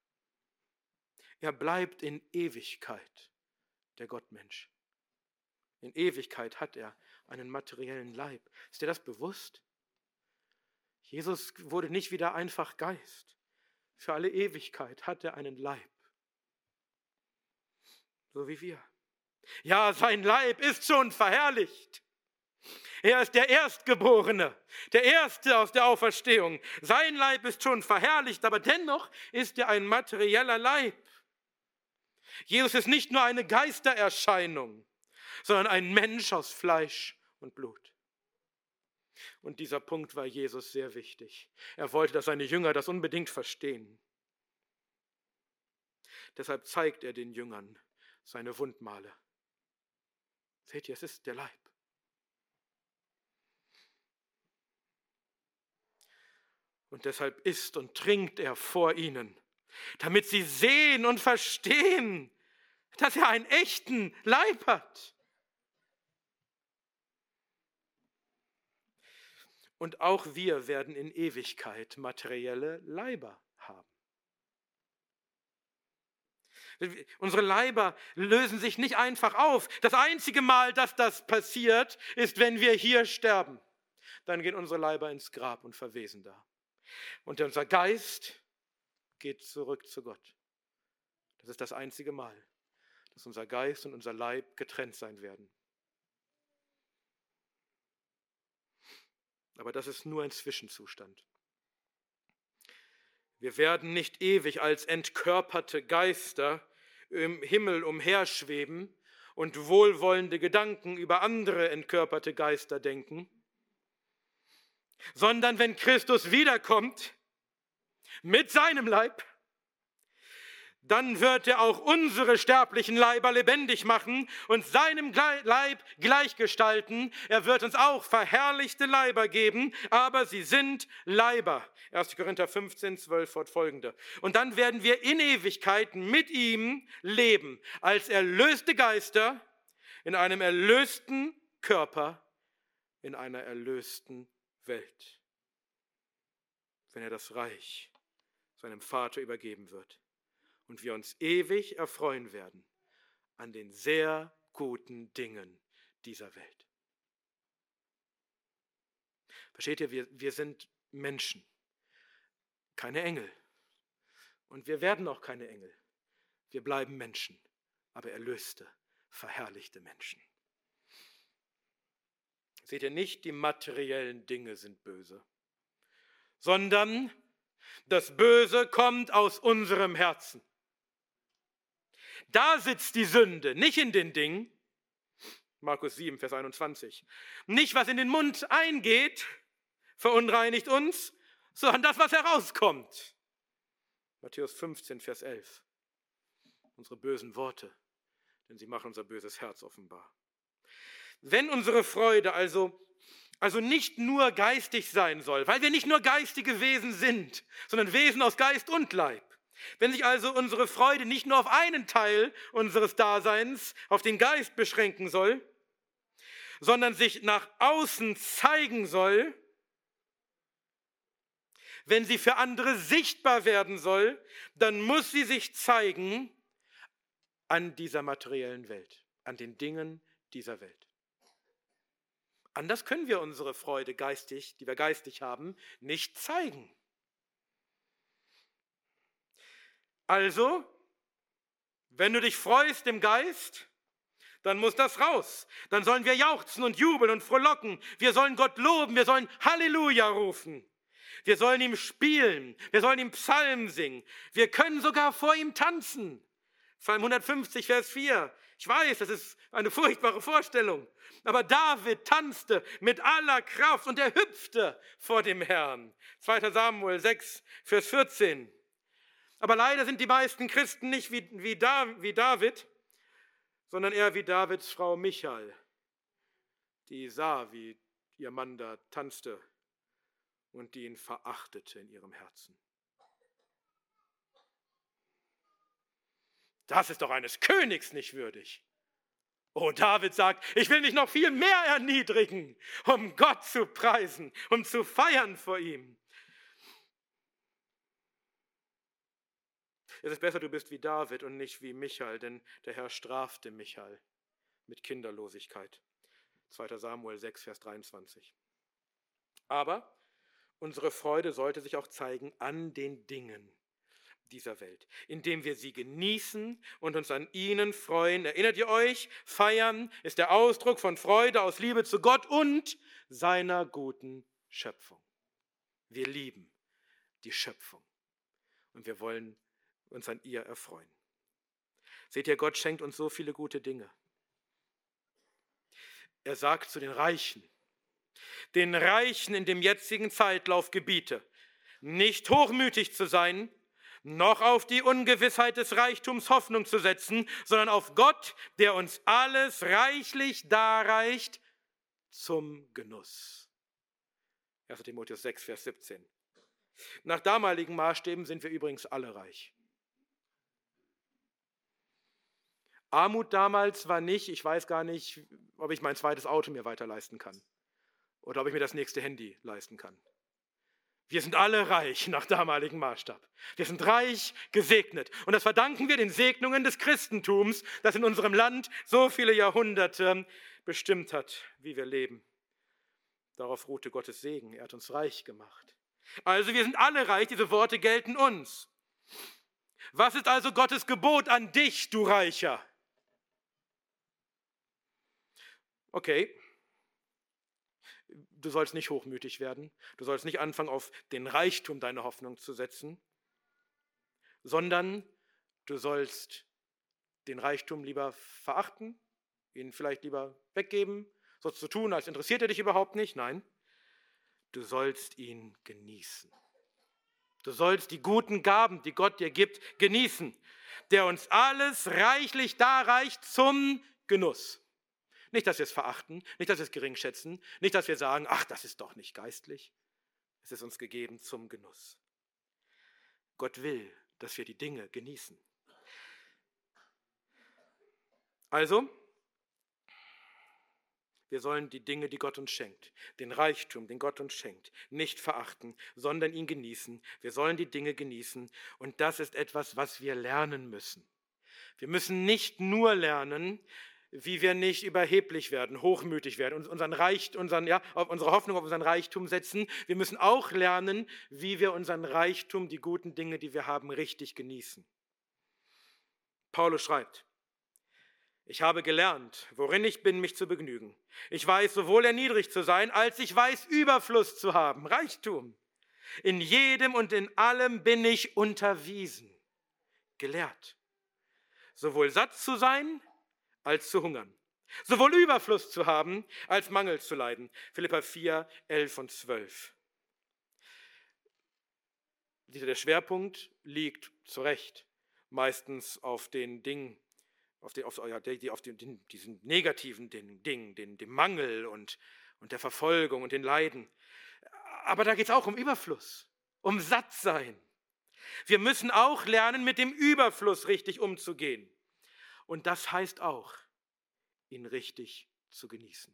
er bleibt in Ewigkeit. Der Gottmensch. In Ewigkeit hat er einen materiellen Leib. Ist dir das bewusst? Jesus wurde nicht wieder einfach Geist. Für alle Ewigkeit hat er einen Leib. So wie wir. Ja, sein Leib ist schon verherrlicht. Er ist der Erstgeborene, der Erste aus der Auferstehung. Sein Leib ist schon verherrlicht, aber dennoch ist er ein materieller Leib. Jesus ist nicht nur eine Geistererscheinung, sondern ein Mensch aus Fleisch und Blut. Und dieser Punkt war Jesus sehr wichtig. Er wollte, dass seine Jünger das unbedingt verstehen. Deshalb zeigt er den Jüngern seine Wundmale. Seht ihr, es ist der Leib. Und deshalb isst und trinkt er vor ihnen, damit sie sehen und verstehen, dass er einen echten Leib hat. Und auch wir werden in Ewigkeit materielle Leiber haben. Unsere Leiber lösen sich nicht einfach auf. Das einzige Mal, dass das passiert, ist, wenn wir hier sterben. Dann gehen unsere Leiber ins Grab und verwesen da. Und unser Geist geht zurück zu Gott. Das ist das einzige Mal, dass unser Geist und unser Leib getrennt sein werden. Aber das ist nur ein Zwischenzustand. Wir werden nicht ewig als entkörperte Geister im Himmel umherschweben und wohlwollende Gedanken über andere entkörperte Geister denken, sondern wenn Christus wiederkommt mit seinem Leib, dann wird er auch unsere sterblichen Leiber lebendig machen und seinem Leib gleichgestalten. Er wird uns auch verherrlichte Leiber geben, aber sie sind Leiber. erster Korinther fünfzehn, zwölf fortfolgende. Und dann werden wir in Ewigkeit mit ihm leben, als erlöste Geister in einem erlösten Körper, in einer erlösten Welt. Wenn er das Reich seinem Vater übergeben wird. Und wir uns ewig erfreuen werden an den sehr guten Dingen dieser Welt. Versteht ihr, wir, wir sind Menschen, keine Engel. Und wir werden auch keine Engel. Wir bleiben Menschen, aber erlöste, verherrlichte Menschen. Seht ihr, nicht die materiellen Dinge sind böse, sondern das Böse kommt aus unserem Herzen. Da sitzt die Sünde, nicht in den Dingen. Markus sieben, Vers einundzwanzig. Nicht, was in den Mund eingeht, verunreinigt uns, sondern das, was herauskommt. Matthäus fünfzehn, Vers elf. Unsere bösen Worte, denn sie machen unser böses Herz offenbar. Wenn unsere Freude also, also nicht nur geistig sein soll, weil wir nicht nur geistige Wesen sind, sondern Wesen aus Geist und Leib. Wenn sich also unsere Freude nicht nur auf einen Teil unseres Daseins, auf den Geist beschränken soll, sondern sich nach außen zeigen soll, wenn sie für andere sichtbar werden soll, dann muss sie sich zeigen an dieser materiellen Welt, an den Dingen dieser Welt. Anders können wir unsere Freude geistig, die wir geistig haben, nicht zeigen. Also, wenn du dich freust im Geist, dann muss das raus. Dann sollen wir jauchzen und jubeln und frohlocken. Wir sollen Gott loben, wir sollen Halleluja rufen. Wir sollen ihm spielen, wir sollen ihm Psalmen singen. Wir können sogar vor ihm tanzen. Psalm hundertfünfzig, Vers vier. Ich weiß, das ist eine furchtbare Vorstellung. Aber David tanzte mit aller Kraft und er hüpfte vor dem Herrn. zweiter Samuel sechs, Vers vierzehn. Aber leider sind die meisten Christen nicht wie, wie, da, wie David, sondern eher wie Davids Frau Michal, die sah, wie ihr Mann da tanzte und die ihn verachtete in ihrem Herzen. Das ist doch eines Königs nicht würdig. Oh, David sagt, ich will mich noch viel mehr erniedrigen, um Gott zu preisen, um zu feiern vor ihm. Es ist besser, du bist wie David und nicht wie Michal, denn der Herr strafte Michal mit Kinderlosigkeit. zweiter Samuel sechs, Vers dreiundzwanzig. Aber unsere Freude sollte sich auch zeigen an den Dingen dieser Welt, indem wir sie genießen und uns an ihnen freuen. Erinnert ihr euch? Feiern ist der Ausdruck von Freude aus Liebe zu Gott und seiner guten Schöpfung. Wir lieben die Schöpfung und wir wollen uns an ihr erfreuen. Seht ihr, Gott schenkt uns so viele gute Dinge. Er sagt zu den Reichen, den Reichen in dem jetzigen Zeitlauf gebiete, nicht hochmütig zu sein, noch auf die Ungewissheit des Reichtums Hoffnung zu setzen, sondern auf Gott, der uns alles reichlich darreicht zum Genuss. erster Timotheus sechs, Vers siebzehn. Nach damaligen Maßstäben sind wir übrigens alle reich. Armut damals war nicht, ich weiß gar nicht, ob ich mein zweites Auto mir weiter leisten kann. oder ob ich mir das nächste Handy leisten kann. Wir sind alle reich nach damaligem Maßstab. Wir sind reich gesegnet. Und das verdanken wir den Segnungen des Christentums, das in unserem Land so viele Jahrhunderte bestimmt hat, wie wir leben. Darauf ruhte Gottes Segen. Er hat uns reich gemacht. Also wir sind alle reich, diese Worte gelten uns. Was ist also Gottes Gebot an dich, du Reicher? Okay. Du sollst nicht hochmütig werden, du sollst nicht anfangen, auf den Reichtum deine Hoffnung zu setzen, sondern du sollst den Reichtum lieber verachten, ihn vielleicht lieber weggeben, so zu tun, als interessiert er dich überhaupt nicht. Nein, du sollst ihn genießen. Du sollst die guten Gaben, die Gott dir gibt, genießen, der uns alles reichlich darreicht zum Genuss. Nicht, dass wir es verachten, nicht, dass wir es geringschätzen, nicht, dass wir sagen, ach, das ist doch nicht geistlich. Es ist uns gegeben zum Genuss. Gott will, dass wir die Dinge genießen. Also, wir sollen die Dinge, die Gott uns schenkt, den Reichtum, den Gott uns schenkt, nicht verachten, sondern ihn genießen. Wir sollen die Dinge genießen und das ist etwas, was wir lernen müssen. Wir müssen nicht nur lernen, wie wir nicht überheblich werden, hochmütig werden, unseren Reich, unseren, ja, auf unsere Hoffnung auf unseren Reichtum setzen. Wir müssen auch lernen, wie wir unseren Reichtum, die guten Dinge, die wir haben, richtig genießen. Paulus schreibt, ich habe gelernt, worin ich bin, mich zu begnügen. Ich weiß, sowohl erniedrigt zu sein, als ich weiß, Überfluss zu haben, Reichtum. In jedem und in allem bin ich unterwiesen, gelehrt. Sowohl satt zu sein, als zu hungern. Sowohl Überfluss zu haben, als Mangel zu leiden. Philipper vier, elf und zwölf. Der Schwerpunkt liegt zu Recht meistens auf den Dingen, auf, den, auf, ja, die, auf den, den, diesen negativen Dingen, den, den, dem Mangel und, und der Verfolgung und den Leiden. Aber da geht es auch um Überfluss, um Sattsein. Wir müssen auch lernen, mit dem Überfluss richtig umzugehen. Und das heißt auch, ihn richtig zu genießen.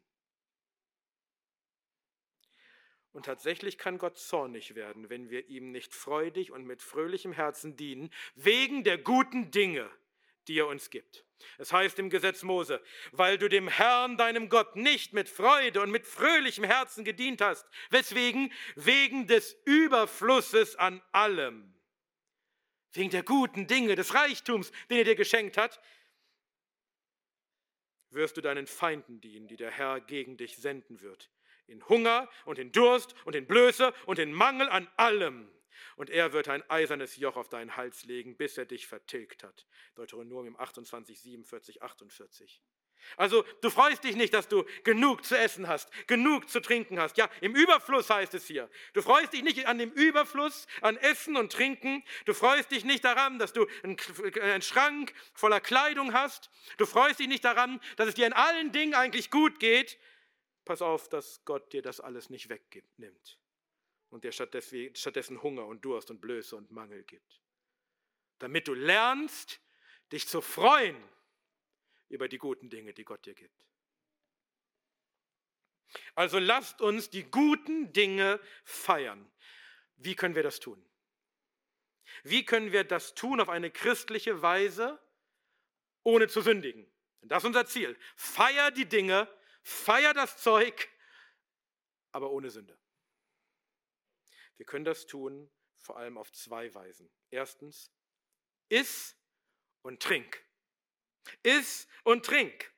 Und tatsächlich kann Gott zornig werden, wenn wir ihm nicht freudig und mit fröhlichem Herzen dienen, wegen der guten Dinge, die er uns gibt. Es heißt im Gesetz Mose, weil du dem Herrn, deinem Gott, nicht mit Freude und mit fröhlichem Herzen gedient hast. Weswegen? Wegen des Überflusses an allem. Wegen der guten Dinge, des Reichtums, den er dir geschenkt hat, wirst du deinen Feinden dienen, die der Herr gegen dich senden wird. In Hunger und in Durst und in Blöße und in Mangel an allem. Und er wird ein eisernes Joch auf deinen Hals legen, bis er dich vertilgt hat. Deuteronomium achtundzwanzig, siebenundvierzig, achtundvierzig. Also du freust dich nicht, dass du genug zu essen hast, genug zu trinken hast. Ja, im Überfluss heißt es hier. Du freust dich nicht an dem Überfluss, an Essen und Trinken. Du freust dich nicht daran, dass du einen Schrank voller Kleidung hast. Du freust dich nicht daran, dass es dir in allen Dingen eigentlich gut geht. Pass auf, dass Gott dir das alles nicht wegnimmt und dir stattdessen Hunger und Durst und Blöße und Mangel gibt. Damit du lernst, dich zu freuen über die guten Dinge, die Gott dir gibt. Also lasst uns die guten Dinge feiern. Wie können wir das tun? Wie können wir das tun auf eine christliche Weise, ohne zu sündigen? Das ist unser Ziel. Feier die Dinge, feier das Zeug, aber ohne Sünde. Wir können das tun vor allem auf zwei Weisen. Erstens, iss und trink. Iss und trink.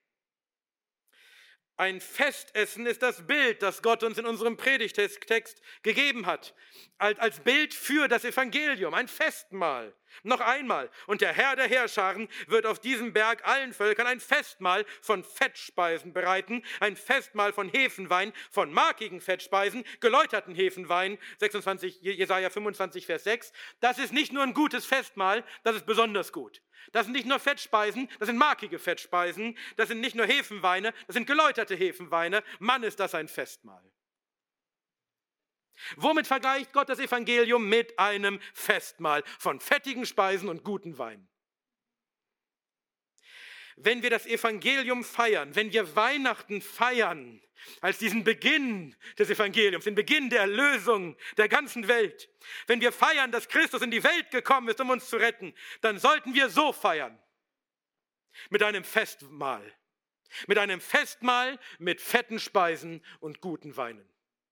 Ein Festessen ist das Bild, das Gott uns in unserem Predigtext gegeben hat, als Bild für das Evangelium, ein Festmahl. Noch einmal, und der Herr der Heerscharen wird auf diesem Berg allen Völkern ein Festmahl von Fettspeisen bereiten, ein Festmahl von Hefenwein, von markigen Fettspeisen, geläuterten Hefenwein, sechsundzwanzig, Jesaja fünfundzwanzig, Vers sechs. Das ist nicht nur ein gutes Festmahl, das ist besonders gut. Das sind nicht nur Fettspeisen, das sind markige Fettspeisen, das sind nicht nur Hefenweine, das sind geläuterte Hefenweine. Mann, ist das ein Festmahl. Womit vergleicht Gott das Evangelium? Mit einem Festmahl von fettigen Speisen und guten Wein. Wenn wir das Evangelium feiern, wenn wir Weihnachten feiern, als diesen Beginn des Evangeliums, den Beginn der Erlösung der ganzen Welt, wenn wir feiern, dass Christus in die Welt gekommen ist, um uns zu retten, dann sollten wir so feiern, mit einem Festmahl, mit einem Festmahl mit fetten Speisen und guten Weinen.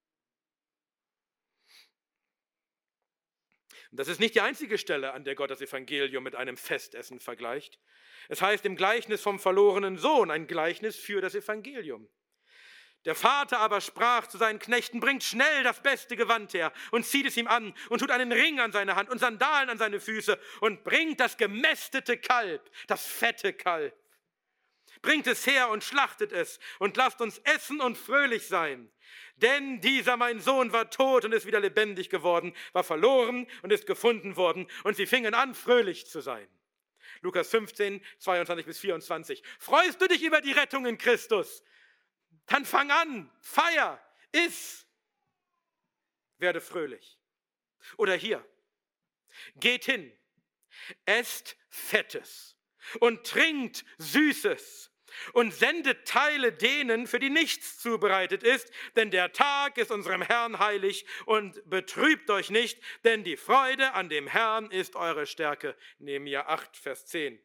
Und das ist nicht die einzige Stelle, an der Gott das Evangelium mit einem Festessen vergleicht. Es heißt im Gleichnis vom verlorenen Sohn, ein Gleichnis für das Evangelium. Der Vater aber sprach zu seinen Knechten, bringt schnell das beste Gewand her und zieht es ihm an und tut einen Ring an seine Hand und Sandalen an seine Füße und bringt das gemästete Kalb, das fette Kalb. Bringt es her und schlachtet es und lasst uns essen und fröhlich sein. Denn dieser mein Sohn war tot und ist wieder lebendig geworden, war verloren und ist gefunden worden. Und sie fingen an, fröhlich zu sein. Lukas fünfzehn, zweiundzwanzig bis vierundzwanzig. Freust du dich über die Rettung in Christus? Dann fang an, feier, iss, werde fröhlich. Oder hier, geht hin, esst Fettes und trinkt Süßes und sendet Teile denen, für die nichts zubereitet ist, denn der Tag ist unserem Herrn heilig und betrübt euch nicht, denn die Freude an dem Herrn ist eure Stärke. Nehemia acht, Vers zehn.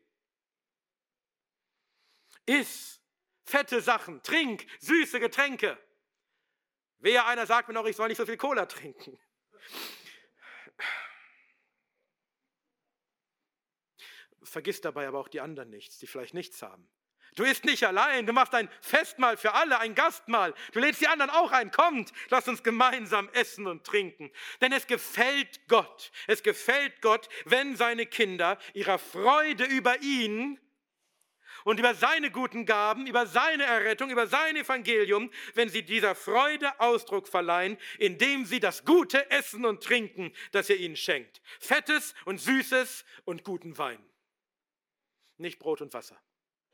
Iss fette Sachen, trink süße Getränke. Wehe, einer sagt mir noch, ich soll nicht so viel Cola trinken. Vergiss dabei aber auch die anderen nichts, die vielleicht nichts haben. Du isst nicht allein, du machst ein Festmahl für alle, ein Gastmahl. Du lädst die anderen auch ein, kommt, lasst uns gemeinsam essen und trinken. Denn es gefällt Gott, es gefällt Gott, wenn seine Kinder ihrer Freude über ihn und über seine guten Gaben, über seine Errettung, über sein Evangelium, wenn sie dieser Freude Ausdruck verleihen, indem sie das gute Essen und Trinken, das er ihnen schenkt. Fettes und Süßes und guten Wein. Nicht Brot und Wasser.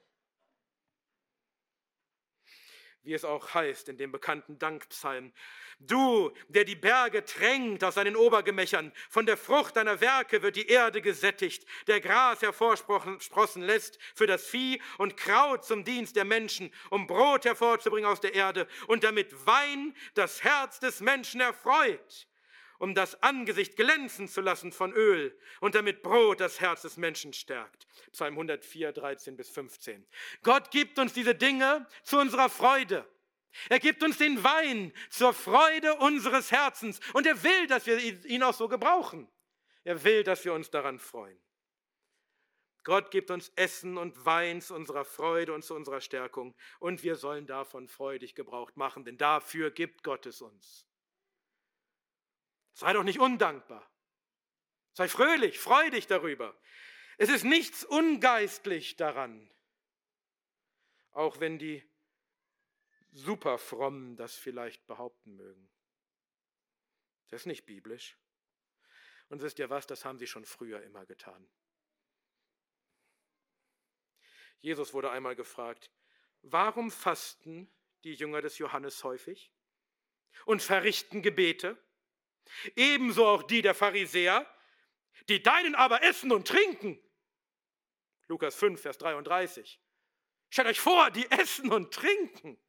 Wie es auch heißt in dem bekannten Dankpsalm. Du, der die Berge tränkt aus seinen Obergemächern, von der Frucht deiner Werke wird die Erde gesättigt, der Gras hervorsprossen lässt für das Vieh und Kraut zum Dienst der Menschen, um Brot hervorzubringen aus der Erde und damit Wein das Herz des Menschen erfreut, um das Angesicht glänzen zu lassen von Öl und damit Brot das Herz des Menschen stärkt. Psalm hundertvier, dreizehn bis fünfzehn. Gott gibt uns diese Dinge zu unserer Freude. Er gibt uns den Wein zur Freude unseres Herzens und er will, dass wir ihn auch so gebrauchen. Er will, dass wir uns daran freuen. Gott gibt uns Essen und Wein zu unserer Freude und zu unserer Stärkung und wir sollen davon freudig Gebrauch machen, denn dafür gibt Gott es uns. Sei doch nicht undankbar. Sei fröhlich, freu dich darüber. Es ist nichts ungeistlich daran, auch wenn die Superfrommen das vielleicht behaupten mögen. Das ist nicht biblisch. Und wisst ihr was, das haben sie schon früher immer getan. Jesus wurde einmal gefragt, warum fasten die Jünger des Johannes häufig und verrichten Gebete? Ebenso auch die der Pharisäer, die deinen aber essen und trinken. Lukas fünf, Vers dreiunddreißig. Stellt euch vor, die essen und trinken.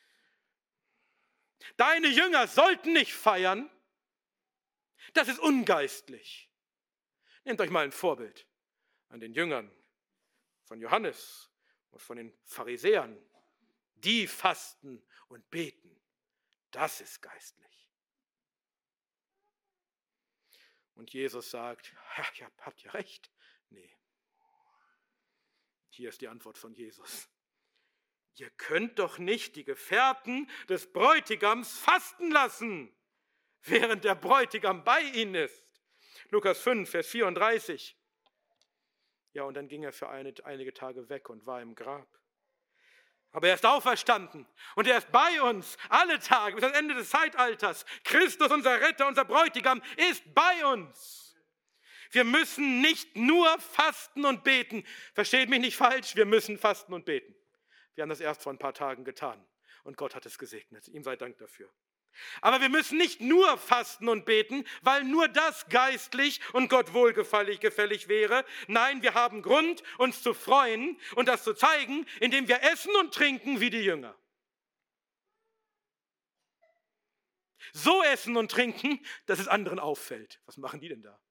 Deine Jünger sollten nicht feiern. Das ist ungeistlich. Nehmt euch mal ein Vorbild an den Jüngern von Johannes und von den Pharisäern. Die fasten und beten. Das ist geistlich. Und Jesus sagt, ja, habt ihr recht? Nee. Hier ist die Antwort von Jesus. Ihr könnt doch nicht die Gefährten des Bräutigams fasten lassen, während der Bräutigam bei ihnen ist. Lukas fünf, Vers vierunddreißig. Ja, und dann ging er für eine, einige Tage weg und war im Grab. Aber er ist auferstanden und er ist bei uns alle Tage bis ans Ende des Zeitalters. Christus, unser Retter, unser Bräutigam, ist bei uns. Wir müssen nicht nur fasten und beten. Versteht mich nicht falsch, wir müssen fasten und beten. Wir haben das erst vor ein paar Tagen getan und Gott hat es gesegnet. Ihm sei Dank dafür. Aber wir müssen nicht nur fasten und beten, weil nur das geistlich und Gott wohlgefällig gefällig wäre. Nein, wir haben Grund, uns zu freuen und das zu zeigen, indem wir essen und trinken wie die Jünger. So essen und trinken, dass es anderen auffällt. Was machen die denn da?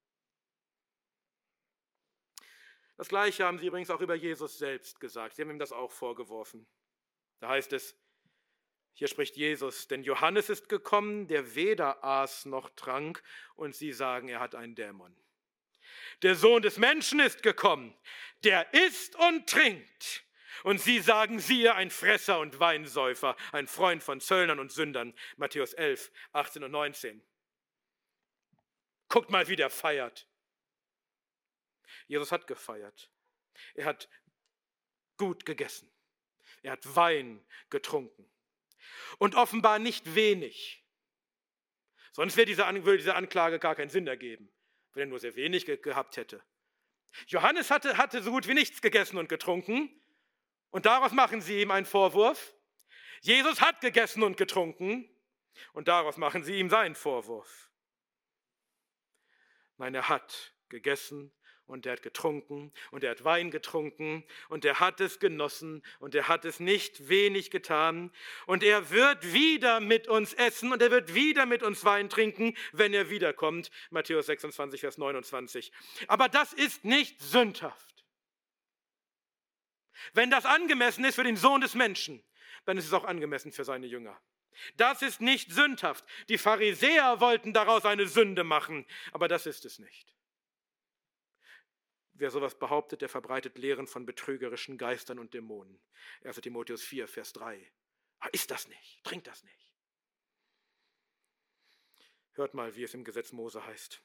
Das Gleiche haben sie übrigens auch über Jesus selbst gesagt. Sie haben ihm das auch vorgeworfen. Da heißt es, hier spricht Jesus, denn Johannes ist gekommen, der weder aß noch trank, und sie sagen, er hat einen Dämon. Der Sohn des Menschen ist gekommen, der isst und trinkt. Und sie sagen, siehe, ein Fresser und Weinsäufer, ein Freund von Zöllnern und Sündern. Matthäus elf, achtzehn und neunzehn. Guckt mal, wie der feiert. Jesus hat gefeiert. Er hat gut gegessen. Er hat Wein getrunken. Und offenbar nicht wenig. Sonst würde diese, An- würde diese Anklage gar keinen Sinn ergeben, wenn er nur sehr wenig ge- gehabt hätte. Johannes hatte, hatte so gut wie nichts gegessen und getrunken. Und daraus machen sie ihm einen Vorwurf. Jesus hat gegessen und getrunken. Und daraus machen sie ihm seinen Vorwurf. Nein, er hat gegessen und er hat getrunken und er hat Wein getrunken und er hat es genossen und er hat es nicht wenig getan. Und er wird wieder mit uns essen und er wird wieder mit uns Wein trinken, wenn er wiederkommt. Matthäus sechsundzwanzig, Vers neunundzwanzig. Aber das ist nicht sündhaft. Wenn das angemessen ist für den Sohn des Menschen, dann ist es auch angemessen für seine Jünger. Das ist nicht sündhaft. Die Pharisäer wollten daraus eine Sünde machen, aber das ist es nicht. Wer sowas behauptet, der verbreitet Lehren von betrügerischen Geistern und Dämonen. erster Timotheus vier, Vers drei. Ist das nicht? Trinkt das nicht? Hört mal, wie es im Gesetz Mose heißt.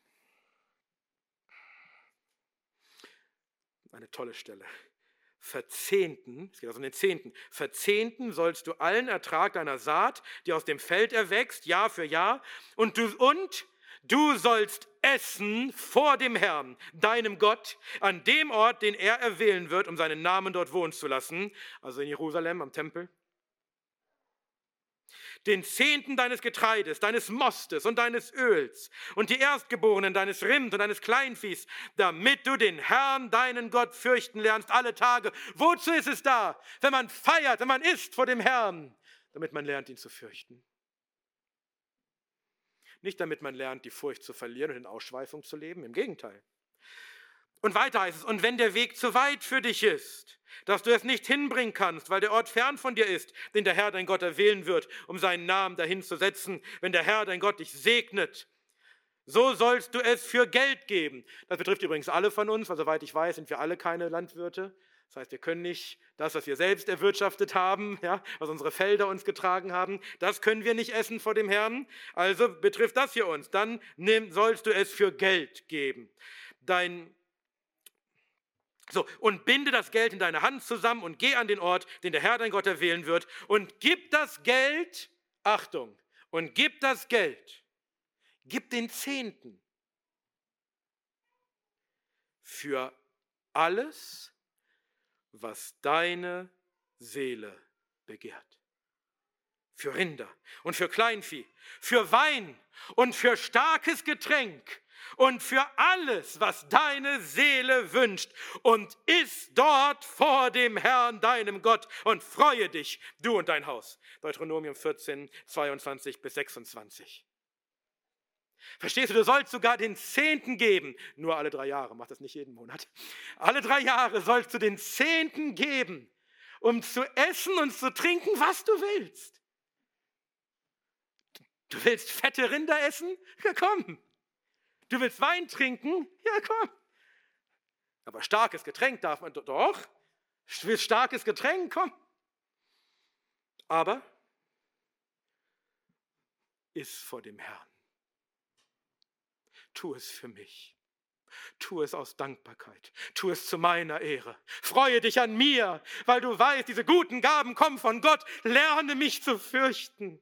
Eine tolle Stelle. Verzehnten, es geht also um den Zehnten, Verzehnten sollst du allen Ertrag deiner Saat, die aus dem Feld erwächst, Jahr für Jahr, und du, und du sollst essen vor dem Herrn, deinem Gott, an dem Ort, den er erwählen wird, um seinen Namen dort wohnen zu lassen, also in Jerusalem am Tempel. Den Zehnten deines Getreides, deines Mostes und deines Öls und die Erstgeborenen deines Rind und deines Kleinviehs, damit du den Herrn, deinen Gott, fürchten lernst alle Tage. Wozu ist es da, wenn man feiert, wenn man isst vor dem Herrn? Damit man lernt, ihn zu fürchten. Nicht damit man lernt, die Furcht zu verlieren und in Ausschweifung zu leben, im Gegenteil. Und weiter heißt es, und wenn der Weg zu weit für dich ist, dass du es nicht hinbringen kannst, weil der Ort fern von dir ist, den der Herr, dein Gott, erwählen wird, um seinen Namen dahin zu setzen, wenn der Herr, dein Gott, dich segnet, so sollst du es für Geld geben. Das betrifft übrigens alle von uns, weil soweit ich weiß, sind wir alle keine Landwirte. Das heißt, wir können nicht das, was wir selbst erwirtschaftet haben, ja, was unsere Felder uns getragen haben, das können wir nicht essen vor dem Herrn. Also betrifft das hier uns. Dann nimm, sollst du es für Geld geben. Dein So, und binde das Geld in deine Hand zusammen und geh an den Ort, den der Herr dein Gott erwählen wird, und gib das Geld, Achtung, und gib das Geld, gib den Zehnten für alles, was deine Seele begehrt. Für Rinder und für Kleinvieh, für Wein und für starkes Getränk, und für alles, was deine Seele wünscht, und iss dort vor dem Herrn, deinem Gott, und freue dich, du und dein Haus. Deuteronomium vierzehn, zweiundzwanzig bis sechsundzwanzig. Verstehst du, du sollst sogar den Zehnten geben. Nur alle drei Jahre, mach das nicht jeden Monat. Alle drei Jahre sollst du den Zehnten geben, um zu essen und zu trinken, was du willst. Du willst fette Rinder essen? Ja, komm. Du willst Wein trinken? Ja, komm. Aber starkes Getränk darf man doch. Du willst starkes Getränk? Komm. Aber iss vor dem Herrn. Tu es für mich. Tu es aus Dankbarkeit. Tu es zu meiner Ehre. Freue dich an mir, weil du weißt, diese guten Gaben kommen von Gott. Lerne mich zu fürchten.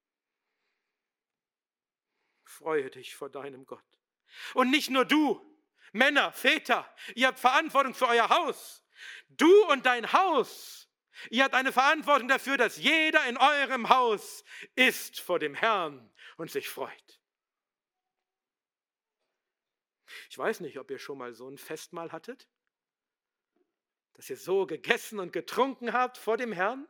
Freue dich vor deinem Gott. Und nicht nur du, Männer, Väter, ihr habt Verantwortung für euer Haus. Du und dein Haus Ihr habt eine Verantwortung dafür, dass jeder in eurem Haus isst vor dem Herrn und sich freut. Ich weiß nicht, ob ihr schon mal so ein Festmahl hattet, dass ihr so gegessen und getrunken habt vor dem Herrn.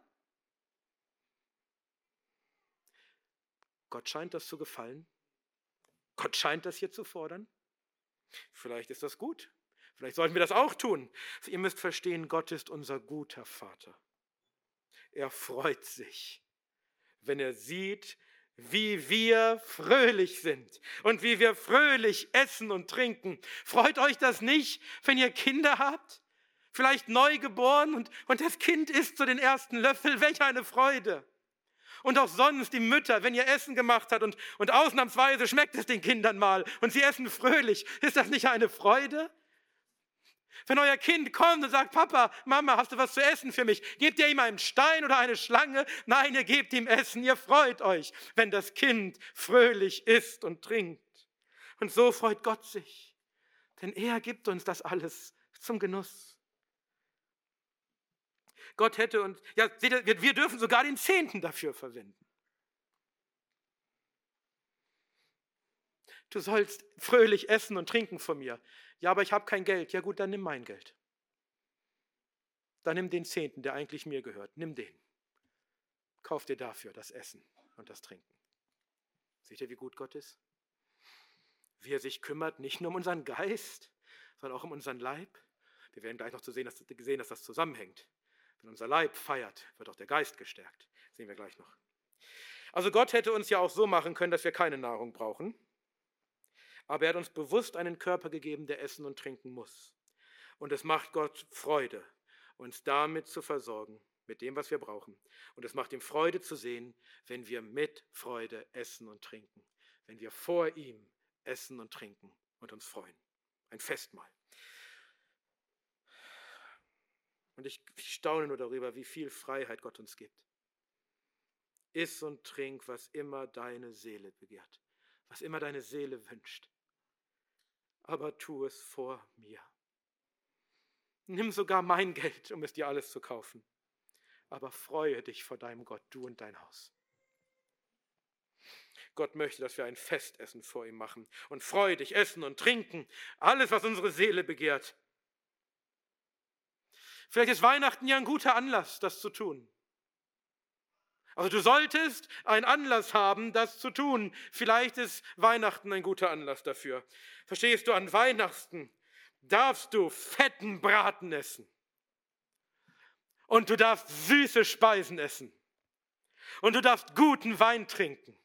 Gott scheint das zu gefallen. Gott scheint das hier zu fordern. Vielleicht ist das gut. Vielleicht sollten wir das auch tun. Ihr müsst verstehen, Gott ist unser guter Vater. Er freut sich, wenn er sieht, wie wir fröhlich sind und wie wir fröhlich essen und trinken. Freut euch das nicht, wenn ihr Kinder habt? Vielleicht neugeboren und, und das Kind isst so den ersten Löffel. Welch eine Freude! Und auch sonst die Mütter, wenn ihr Essen gemacht habt und, und ausnahmsweise schmeckt es den Kindern mal und sie essen fröhlich. Ist das nicht eine Freude? Wenn euer Kind kommt und sagt, Papa, Mama, hast du was zu essen für mich? Gebt ihr ihm einen Stein oder eine Schlange? Nein, ihr gebt ihm Essen. Ihr freut euch, wenn das Kind fröhlich isst und trinkt. Und so freut Gott sich, denn er gibt uns das alles zum Genuss. Gott hätte uns, ja, seht ihr, wir dürfen sogar den Zehnten dafür verwenden. Du sollst fröhlich essen und trinken von mir. Ja, aber ich habe kein Geld. Ja gut, dann nimm mein Geld. Dann nimm den Zehnten, der eigentlich mir gehört. Nimm den. Kauf dir dafür das Essen und das Trinken. Seht ihr, wie gut Gott ist? Wie er sich kümmert, nicht nur um unseren Geist, sondern auch um unseren Leib. Wir werden gleich noch zu sehen, dass, sehen, dass das zusammenhängt. Wenn unser Leib feiert, wird auch der Geist gestärkt. Das sehen wir gleich noch. Also Gott hätte uns ja auch so machen können, dass wir keine Nahrung brauchen. Aber er hat uns bewusst einen Körper gegeben, der essen und trinken muss. Und es macht Gott Freude, uns damit zu versorgen, mit dem, was wir brauchen. Und es macht ihm Freude zu sehen, wenn wir mit Freude essen und trinken. Wenn wir vor ihm essen und trinken und uns freuen. Ein Festmahl. Und ich, ich staune nur darüber, wie viel Freiheit Gott uns gibt. Iss und trink, was immer deine Seele begehrt, was immer deine Seele wünscht. Aber tu es vor mir. Nimm sogar mein Geld, um es dir alles zu kaufen. Aber freue dich vor deinem Gott, du und dein Haus. Gott möchte, dass wir ein Festessen vor ihm machen und freudig essen und trinken, alles, was unsere Seele begehrt. Vielleicht ist Weihnachten ja ein guter Anlass, das zu tun. Also du solltest einen Anlass haben, das zu tun. Vielleicht ist Weihnachten ein guter Anlass dafür. Verstehst du, an Weihnachten darfst du fetten Braten essen. Und du darfst süße Speisen essen. Und du darfst guten Wein trinken.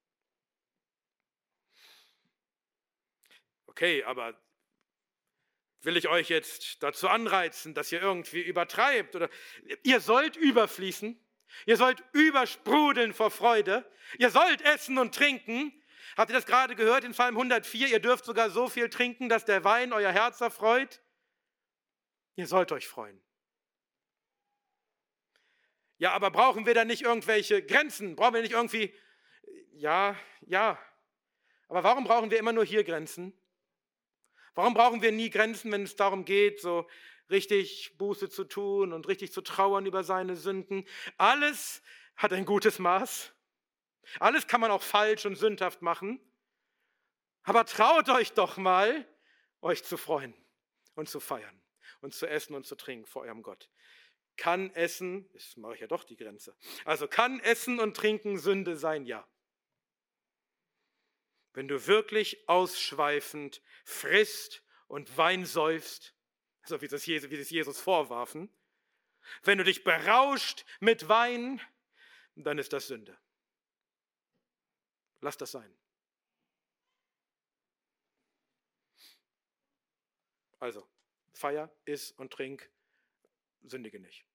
Okay, aber will ich euch jetzt dazu anreizen, dass ihr irgendwie übertreibt? Oder ihr sollt überfließen. Ihr sollt übersprudeln vor Freude. Ihr sollt essen und trinken. Habt ihr das gerade gehört in Psalm hundertvier? Ihr dürft sogar so viel trinken, dass der Wein euer Herz erfreut. Ihr sollt euch freuen. Ja, aber brauchen wir da nicht irgendwelche Grenzen? Brauchen wir nicht irgendwie, ja, ja. Aber warum brauchen wir immer nur hier Grenzen? Warum brauchen wir nie Grenzen, wenn es darum geht, so richtig Buße zu tun und richtig zu trauern über seine Sünden? Alles hat ein gutes Maß. Alles kann man auch falsch und sündhaft machen. Aber traut euch doch mal, euch zu freuen und zu feiern und zu essen und zu trinken vor eurem Gott. Kann Essen, das mache ich ja doch die Grenze, also kann Essen und Trinken Sünde sein? Ja. Wenn du wirklich ausschweifend frisst und Wein säufst, so wie es Jesus vorwarfen, wenn du dich berauscht mit Wein, dann ist das Sünde. Lass das sein. Also, feier, iss und trink, sündige nicht.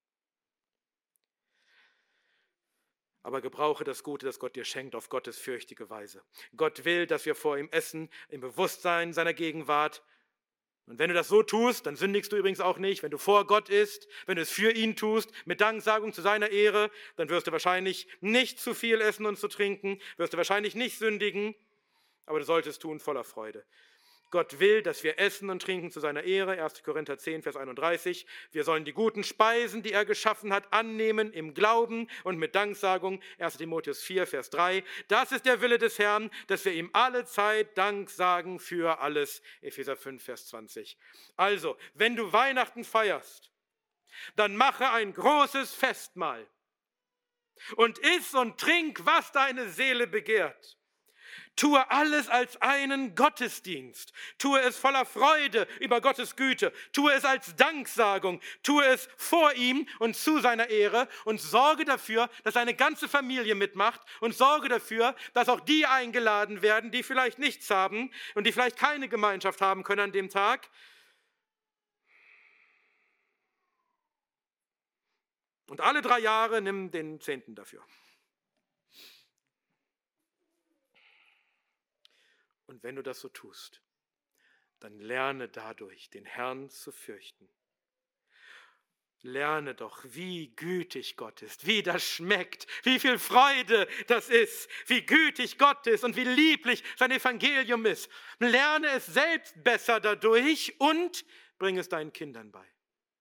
Aber gebrauche das Gute, das Gott dir schenkt, auf Gottes fürchtige Weise. Gott will, dass wir vor ihm essen, im Bewusstsein seiner Gegenwart. Und wenn du das so tust, dann sündigst du übrigens auch nicht. Wenn du vor Gott isst, wenn du es für ihn tust, mit Danksagung zu seiner Ehre, dann wirst du wahrscheinlich nicht zu viel essen und zu trinken, wirst du wahrscheinlich nicht sündigen, aber du solltest tun voller Freude. Gott will, dass wir essen und trinken zu seiner Ehre, erster Korinther zehn, Vers einunddreißig. Wir sollen die guten Speisen, die er geschaffen hat, annehmen im Glauben und mit Danksagung, erster Timotheus vier, Vers drei. Das ist der Wille des Herrn, dass wir ihm alle Zeit Dank sagen für alles, Epheser fünf, Vers zwanzig. Also, wenn du Weihnachten feierst, dann mache ein großes Festmahl und iss und trink, was deine Seele begehrt. Tue alles als einen Gottesdienst. Tue es voller Freude über Gottes Güte. Tue es als Danksagung. Tue es vor ihm und zu seiner Ehre und sorge dafür, dass seine ganze Familie mitmacht und sorge dafür, dass auch die eingeladen werden, die vielleicht nichts haben und die vielleicht keine Gemeinschaft haben können an dem Tag. Und alle drei Jahre nimm den Zehnten dafür. Und wenn du das so tust, dann lerne dadurch, den Herrn zu fürchten. Lerne doch, wie gütig Gott ist, wie das schmeckt, wie viel Freude das ist, wie gütig Gott ist und wie lieblich sein Evangelium ist. Lerne es selbst besser dadurch und bring es deinen Kindern bei.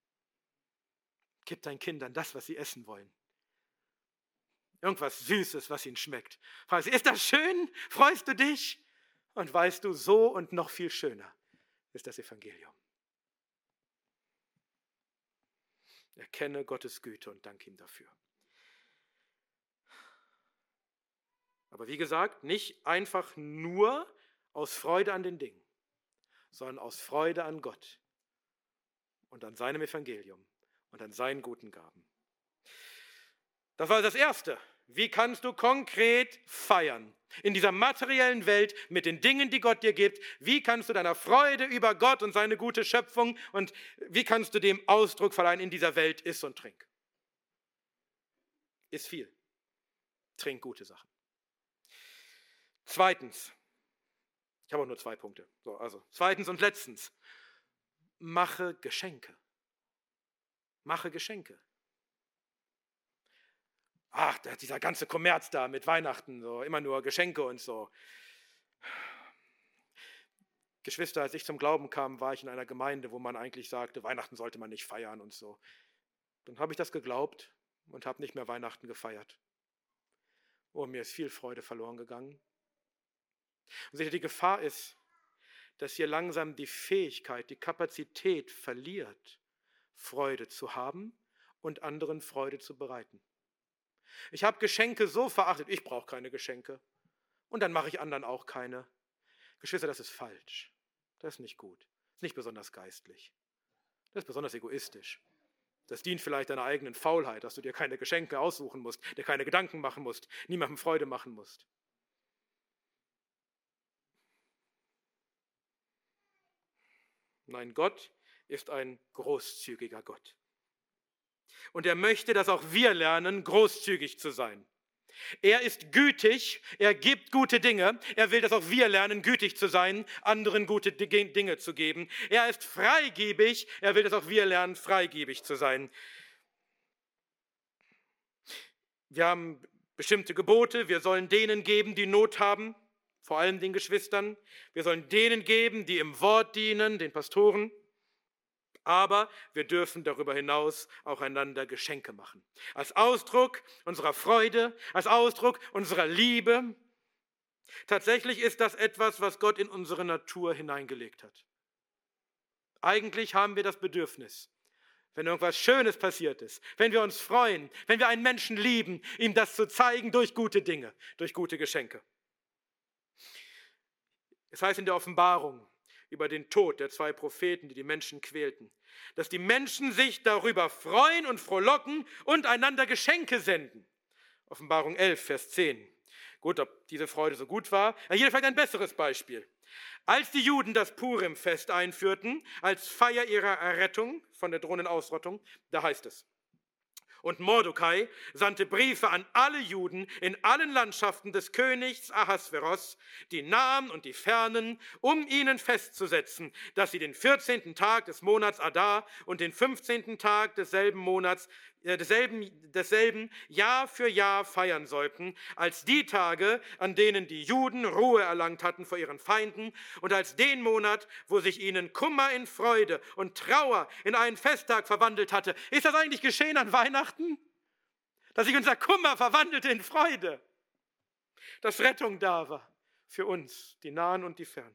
Gib deinen Kindern das, was sie essen wollen. Irgendwas Süßes, was ihnen schmeckt. Frag sie, ist das schön? Freust du dich? Und weißt du, so und noch viel schöner ist das Evangelium. Erkenne Gottes Güte und danke ihm dafür. Aber wie gesagt, nicht einfach nur aus Freude an den Dingen, sondern aus Freude an Gott und an seinem Evangelium und an seinen guten Gaben. Das war das Erste. Wie kannst du konkret feiern in dieser materiellen Welt mit den Dingen, die Gott dir gibt? Wie kannst du deiner Freude über Gott und seine gute Schöpfung und wie kannst du dem Ausdruck verleihen in dieser Welt? Iss und trink. Iss viel. Trink gute Sachen. Zweitens, ich habe auch nur zwei Punkte. So, also zweitens und letztens, mache Geschenke. Mache Geschenke. Ach, dieser ganze Kommerz da mit Weihnachten, so immer nur Geschenke und so. Geschwister, als ich zum Glauben kam, war ich in einer Gemeinde, wo man eigentlich sagte, Weihnachten sollte man nicht feiern und so. Dann habe ich das geglaubt und habe nicht mehr Weihnachten gefeiert. Oh, mir ist viel Freude verloren gegangen. Und seht ihr, die Gefahr ist, dass hier langsam die Fähigkeit, die Kapazität verliert, Freude zu haben und anderen Freude zu bereiten. Ich habe Geschenke so verachtet, ich brauche keine Geschenke. Und dann mache ich anderen auch keine. Geschwister, das ist falsch. Das ist nicht gut. Das ist nicht besonders geistlich. Das ist besonders egoistisch. Das dient vielleicht deiner eigenen Faulheit, dass du dir keine Geschenke aussuchen musst, dir keine Gedanken machen musst, niemandem Freude machen musst. Nein, Gott ist ein großzügiger Gott. Und er möchte, dass auch wir lernen, großzügig zu sein. Er ist gütig, er gibt gute Dinge. Er will, dass auch wir lernen, gütig zu sein, anderen gute Dinge zu geben. Er ist freigebig, er will, dass auch wir lernen, freigebig zu sein. Wir haben bestimmte Gebote, wir sollen denen geben, die Not haben, vor allem den Geschwistern. Wir sollen denen geben, die im Wort dienen, den Pastoren. Aber wir dürfen darüber hinaus auch einander Geschenke machen. Als Ausdruck unserer Freude, als Ausdruck unserer Liebe. Tatsächlich ist das etwas, was Gott in unsere Natur hineingelegt hat. Eigentlich haben wir das Bedürfnis, wenn irgendwas Schönes passiert ist, wenn wir uns freuen, wenn wir einen Menschen lieben, ihm das zu zeigen durch gute Dinge, durch gute Geschenke. Es heißt in der Offenbarung über den Tod der zwei Propheten, die die Menschen quälten, dass die Menschen sich darüber freuen und frohlocken und einander Geschenke senden. Offenbarung elf, Vers zehn. Gut, ob diese Freude so gut war. Ja, hier vielleicht ein besseres Beispiel. Als die Juden das Purim-Fest einführten, als Feier ihrer Errettung von der drohenden Ausrottung, da heißt es: Und Mordecai sandte Briefe an alle Juden in allen Landschaften des Königs Ahasveros, die Nahen und die Fernen, um ihnen festzusetzen, dass sie den vierzehnten Tag des Monats Adar und den fünfzehnten Tag desselben Monats desselben, desselben Jahr für Jahr feiern sollten, als die Tage, an denen die Juden Ruhe erlangt hatten vor ihren Feinden und als den Monat, wo sich ihnen Kummer in Freude und Trauer in einen Festtag verwandelt hatte. Ist das eigentlich geschehen an Weihnachten? Dass sich unser Kummer verwandelte in Freude, dass Rettung da war für uns, die Nahen und die Fernen.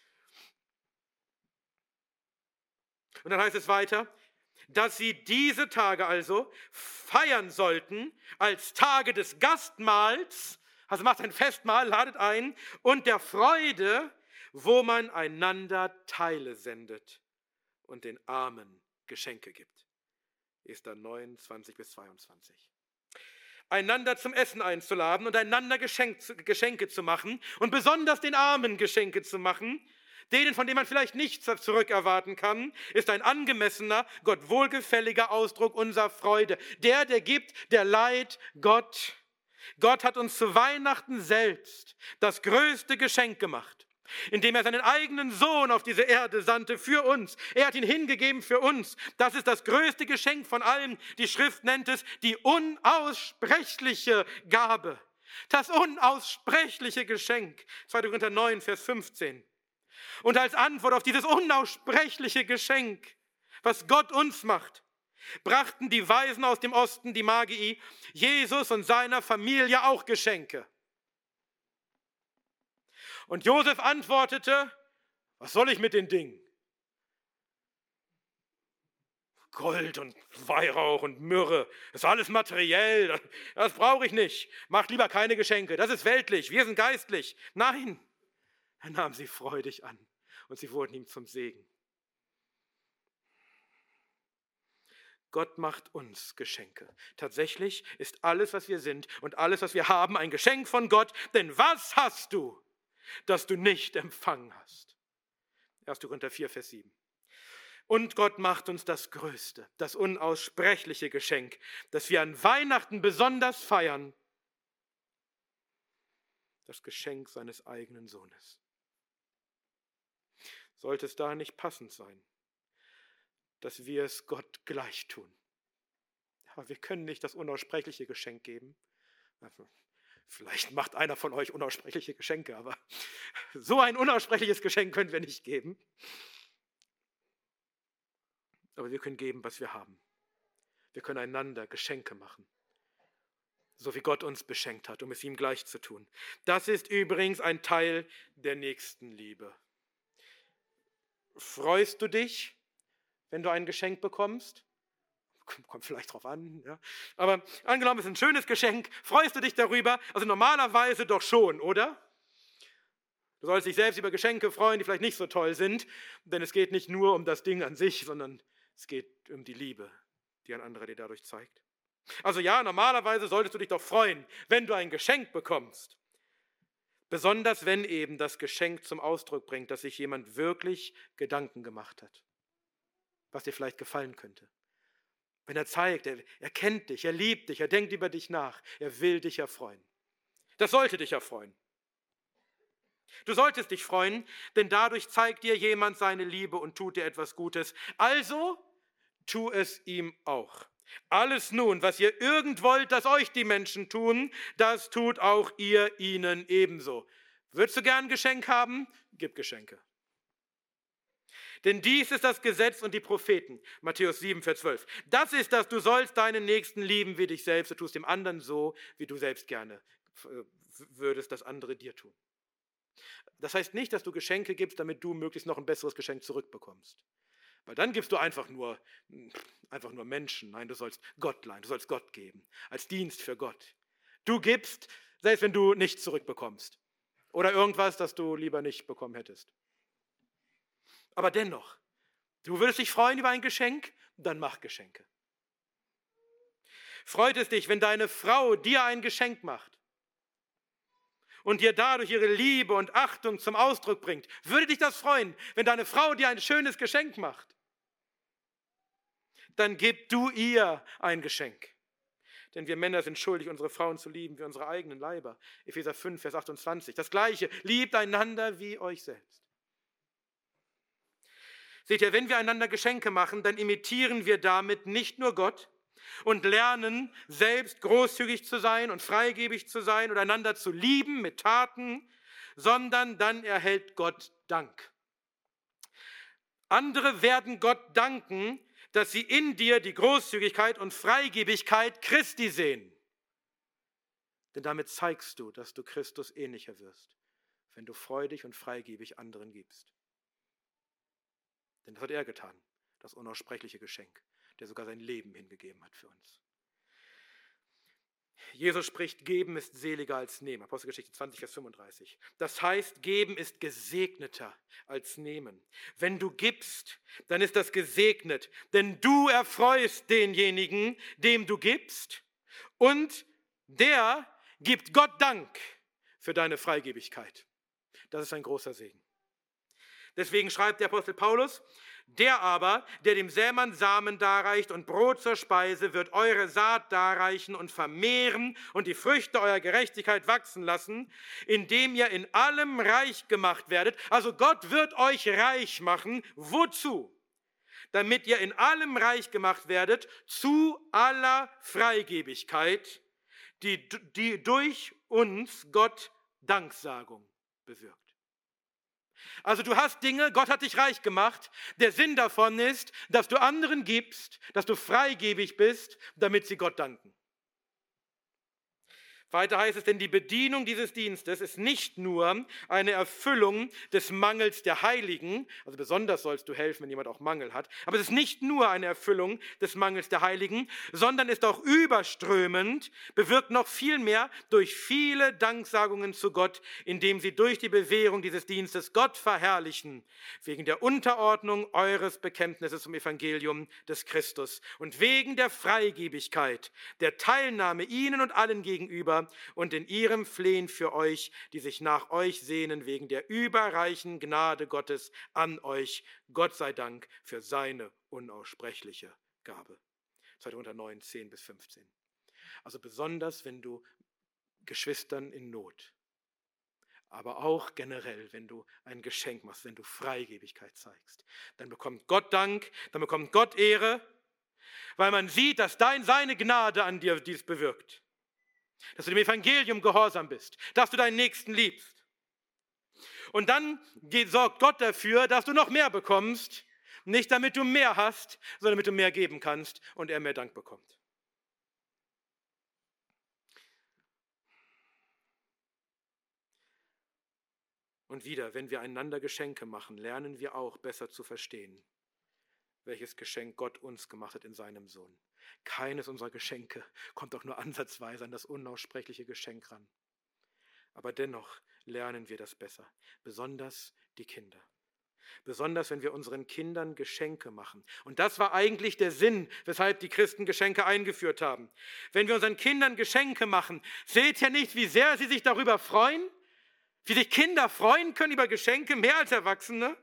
Und dann heißt es weiter, dass sie diese Tage also feiern sollten als Tage des Gastmahls, also macht ein Festmahl, ladet ein, und der Freude, wo man einander Teile sendet und den Armen Geschenke gibt. Esther neun, zwanzig bis zweiundzwanzig. Einander zum Essen einzuladen und einander Geschenke zu machen und besonders den Armen Geschenke zu machen, denen, von denen man vielleicht nichts zurückerwarten kann, ist ein angemessener, Gott wohlgefälliger Ausdruck unserer Freude. Der, der gibt, der leiht Gott. Gott hat uns zu Weihnachten selbst das größte Geschenk gemacht, indem er seinen eigenen Sohn auf diese Erde sandte für uns. Er hat ihn hingegeben für uns. Das ist das größte Geschenk von allen. Die Schrift nennt es die unaussprechliche Gabe. Das unaussprechliche Geschenk. zweiter Korinther neun, Vers fünfzehn. Und als Antwort auf dieses unaussprechliche Geschenk, was Gott uns macht, brachten die Weisen aus dem Osten, die Magii, Jesus und seiner Familie auch Geschenke. Und Josef antwortete, was soll ich mit den Dingen? Gold und Weihrauch und Myrrhe, das ist alles materiell, das brauche ich nicht. Macht lieber keine Geschenke, das ist weltlich, wir sind geistlich. Nein, er nahm sie freudig an und sie wurden ihm zum Segen. Gott macht uns Geschenke. Tatsächlich ist alles, was wir sind und alles, was wir haben, ein Geschenk von Gott. Denn was hast du, das du nicht empfangen hast? erster Korinther vier, Vers sieben. Und Gott macht uns das größte, das unaussprechliche Geschenk, das wir an Weihnachten besonders feiern. Das Geschenk seines eigenen Sohnes. Sollte es da nicht passend sein, dass wir es Gott gleich tun? Aber wir können nicht das unaussprechliche Geschenk geben. Vielleicht macht einer von euch unaussprechliche Geschenke, aber so ein unaussprechliches Geschenk können wir nicht geben. Aber wir können geben, was wir haben. Wir können einander Geschenke machen, so wie Gott uns beschenkt hat, um es ihm gleich zu tun. Das ist übrigens ein Teil der Nächstenliebe. Freust du dich, wenn du ein Geschenk bekommst? Kommt vielleicht drauf an, ja. Aber angenommen, es ist ein schönes Geschenk, freust du dich darüber? Also normalerweise doch schon, oder? Du sollst dich selbst über Geschenke freuen, die vielleicht nicht so toll sind, denn es geht nicht nur um das Ding an sich, sondern es geht um die Liebe, die ein anderer dir dadurch zeigt. Also ja, normalerweise solltest du dich doch freuen, wenn du ein Geschenk bekommst. Besonders wenn eben das Geschenk zum Ausdruck bringt, dass sich jemand wirklich Gedanken gemacht hat, was dir vielleicht gefallen könnte. Wenn er zeigt, er, er kennt dich, er liebt dich, er denkt über dich nach, er will dich erfreuen. Das sollte dich erfreuen. Du solltest dich freuen, denn dadurch zeigt dir jemand seine Liebe und tut dir etwas Gutes. Also tu es ihm auch. Alles nun, was ihr irgend wollt, dass euch die Menschen tun, das tut auch ihr ihnen ebenso. Würdest du gern ein Geschenk haben? Gib Geschenke. Denn dies ist das Gesetz und die Propheten. Matthäus sieben, Vers zwölf. Das ist das, du sollst deinen Nächsten lieben wie dich selbst. Du tust dem anderen so, wie du selbst gerne würdest, dass andere dir tun. Das heißt nicht, dass du Geschenke gibst, damit du möglichst noch ein besseres Geschenk zurückbekommst. Weil dann gibst du einfach nur, einfach nur Menschen. Nein, du sollst Gott leihen, du sollst Gott geben, als Dienst für Gott. Du gibst, selbst wenn du nichts zurückbekommst. Oder irgendwas, das du lieber nicht bekommen hättest. Aber dennoch, du würdest dich freuen über ein Geschenk, dann mach Geschenke. Freut es dich, wenn deine Frau dir ein Geschenk macht und dir dadurch ihre Liebe und Achtung zum Ausdruck bringt? Würde dich das freuen, wenn deine Frau dir ein schönes Geschenk macht? Dann gib du ihr ein Geschenk. Denn wir Männer sind schuldig, unsere Frauen zu lieben wie unsere eigenen Leiber. Epheser fünf, Vers achtundzwanzig. Das Gleiche, liebt einander wie euch selbst. Seht ihr, wenn wir einander Geschenke machen, dann imitieren wir damit nicht nur Gott, und lernen, selbst großzügig zu sein und freigebig zu sein und einander zu lieben mit Taten, sondern dann erhält Gott Dank. Andere werden Gott danken, dass sie in dir die Großzügigkeit und Freigebigkeit Christi sehen. Denn damit zeigst du, dass du Christus ähnlicher wirst, wenn du freudig und freigebig anderen gibst. Denn das hat er getan, das unaussprechliche Geschenk, der sogar sein Leben hingegeben hat für uns. Jesus spricht, geben ist seliger als nehmen. Apostelgeschichte zwanzig, Vers fünfunddreißig. Das heißt, geben ist gesegneter als nehmen. Wenn du gibst, dann ist das gesegnet, denn du erfreust denjenigen, dem du gibst, und der gibt Gott Dank für deine Freigebigkeit. Das ist ein großer Segen. Deswegen schreibt der Apostel Paulus, der aber, der dem Sämann Samen darreicht und Brot zur Speise, wird eure Saat darreichen und vermehren und die Früchte eurer Gerechtigkeit wachsen lassen, indem ihr in allem reich gemacht werdet. Also Gott wird euch reich machen. Wozu? Damit ihr in allem reich gemacht werdet, zu aller Freigebigkeit, die, die durch uns Gott Danksagung bewirkt. Also du hast Dinge, Gott hat dich reich gemacht. Der Sinn davon ist, dass du anderen gibst, dass du freigebig bist, damit sie Gott danken. Weiter heißt es, denn die Bedienung dieses Dienstes ist nicht nur eine Erfüllung des Mangels der Heiligen, also besonders sollst du helfen, wenn jemand auch Mangel hat, aber es ist nicht nur eine Erfüllung des Mangels der Heiligen, sondern ist auch überströmend, bewirkt noch viel mehr durch viele Danksagungen zu Gott, indem sie durch die Bewährung dieses Dienstes Gott verherrlichen, wegen der Unterordnung eures Bekenntnisses zum Evangelium des Christus und wegen der Freigebigkeit, der Teilnahme ihnen und allen gegenüber, und in ihrem Flehen für euch, die sich nach euch sehnen, wegen der überreichen Gnade Gottes an euch. Gott sei Dank für seine unaussprechliche Gabe. zweiter Korinther neun, zehn bis fünfzehn. Also besonders, wenn du Geschwistern in Not, aber auch generell, wenn du ein Geschenk machst, wenn du Freigebigkeit zeigst, dann bekommt Gott Dank, dann bekommt Gott Ehre, weil man sieht, dass dein, seine Gnade an dir dies bewirkt. Dass du dem Evangelium gehorsam bist, dass du deinen Nächsten liebst. Und dann sorgt Gott dafür, dass du noch mehr bekommst, nicht damit du mehr hast, sondern damit du mehr geben kannst und er mehr Dank bekommt. Und wieder, wenn wir einander Geschenke machen, lernen wir auch besser zu verstehen, welches Geschenk Gott uns gemacht hat in seinem Sohn. Keines unserer Geschenke kommt auch nur ansatzweise an das unaussprechliche Geschenk ran. Aber dennoch lernen wir das besser, besonders die Kinder. Besonders, wenn wir unseren Kindern Geschenke machen. Und das war eigentlich der Sinn, weshalb die Christen Geschenke eingeführt haben. Wenn wir unseren Kindern Geschenke machen, seht ihr nicht, wie sehr sie sich darüber freuen? Wie sich Kinder freuen können über Geschenke, mehr als Erwachsene?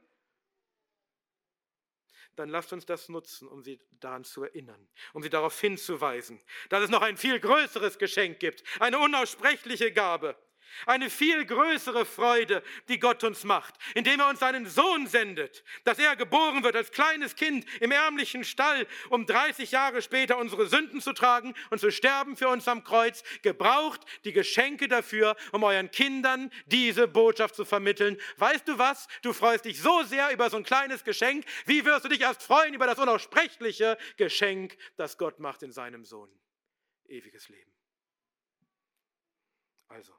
Dann lasst uns das nutzen, um sie daran zu erinnern, um sie darauf hinzuweisen, dass es noch ein viel größeres Geschenk gibt, eine unaussprechliche Gabe, eine viel größere Freude, die Gott uns macht, indem er uns seinen Sohn sendet, dass er geboren wird als kleines Kind im ärmlichen Stall, um dreißig Jahre später unsere Sünden zu tragen und zu sterben für uns am Kreuz. Gebraucht die Geschenke dafür, um euren Kindern diese Botschaft zu vermitteln. Weißt du was? Du freust dich so sehr über so ein kleines Geschenk. Wie wirst du dich erst freuen über das unaussprechliche Geschenk, das Gott macht in seinem Sohn? Ewiges Leben. Also,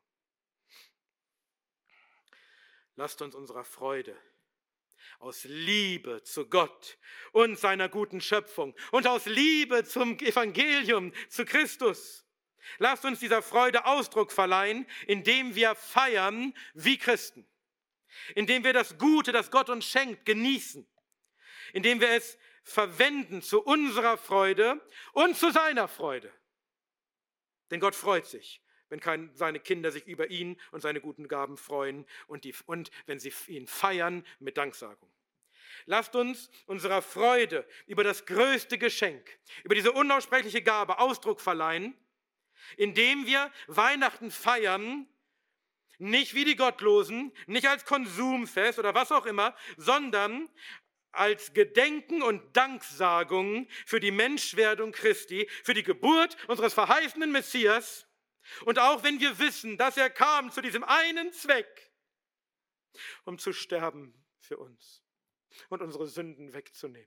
lasst uns unserer Freude aus Liebe zu Gott und seiner guten Schöpfung und aus Liebe zum Evangelium, zu Christus, lasst uns dieser Freude Ausdruck verleihen, indem wir feiern wie Christen, indem wir das Gute, das Gott uns schenkt, genießen, indem wir es verwenden zu unserer Freude und zu seiner Freude. Denn Gott freut sich, wenn kein, seine Kinder sich über ihn und seine guten Gaben freuen und, die, und wenn sie ihn feiern mit Danksagung. Lasst uns unserer Freude über das größte Geschenk, über diese unaussprechliche Gabe Ausdruck verleihen, indem wir Weihnachten feiern, nicht wie die Gottlosen, nicht als Konsumfest oder was auch immer, sondern als Gedenken und Danksagung für die Menschwerdung Christi, für die Geburt unseres verheißenen Messias. Und auch wenn wir wissen, dass er kam zu diesem einen Zweck, um zu sterben für uns und unsere Sünden wegzunehmen,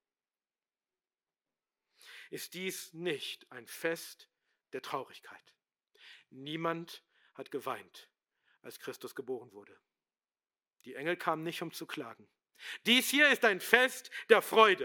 ist dies nicht ein Fest der Traurigkeit. Niemand hat geweint, als Christus geboren wurde. Die Engel kamen nicht, um zu klagen. Dies hier ist ein Fest der Freude.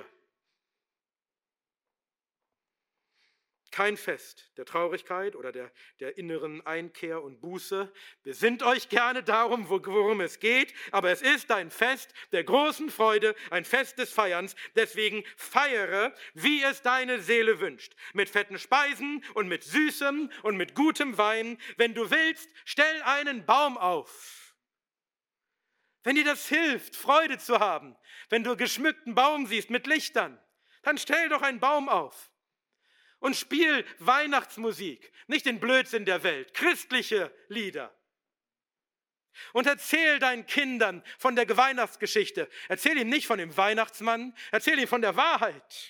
Kein Fest der Traurigkeit oder der, der inneren Einkehr und Buße. Besinnt euch gerne darum, worum es geht, aber es ist ein Fest der großen Freude, ein Fest des Feierns. Deswegen feiere, wie es deine Seele wünscht. Mit fetten Speisen und mit Süßem und mit gutem Wein. Wenn du willst, stell einen Baum auf. Wenn dir das hilft, Freude zu haben, wenn du geschmückten Baum siehst mit Lichtern, dann stell doch einen Baum auf. Und spiel Weihnachtsmusik, nicht den Blödsinn der Welt, christliche Lieder. Und erzähl deinen Kindern von der Weihnachtsgeschichte. Erzähl ihnen nicht von dem Weihnachtsmann, erzähl ihnen von der Wahrheit.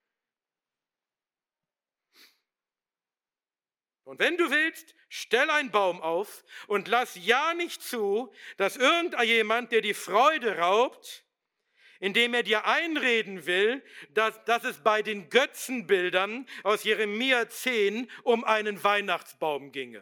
Und wenn du willst, stell einen Baum auf und lass ja nicht zu, dass irgendjemand dir die Freude raubt, indem er dir einreden will, dass, dass es bei den Götzenbildern aus Jeremia zehn um einen Weihnachtsbaum ginge.